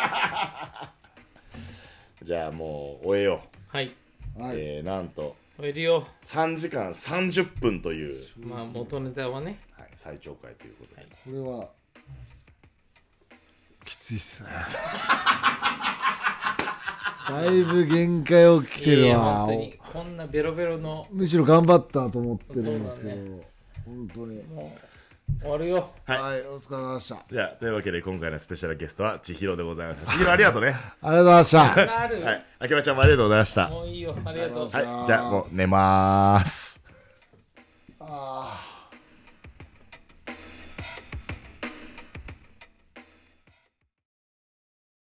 じゃあもう終えよはい。 う。 はい。 なんと終えるよ。 3時間30分という、 まあ元ネタはね。 最長回ということで、 これはきついっすね。だいぶ限界を来てるいやわ。 本当にこんなベロベロのむしろ頑張ったと思ってるんですけど、 そうだ本当に。 もう終わるよ。 はい、お疲れ様でした。 じゃあというわけで今回のスペシャルゲストは千尋でございました。千尋ありがとうね。 ありがとうございました。 ある、 はい、あきまちゃんもありがとうございました。 もういいよ、ありがとう。 はい、じゃあもう寝まーす。 あー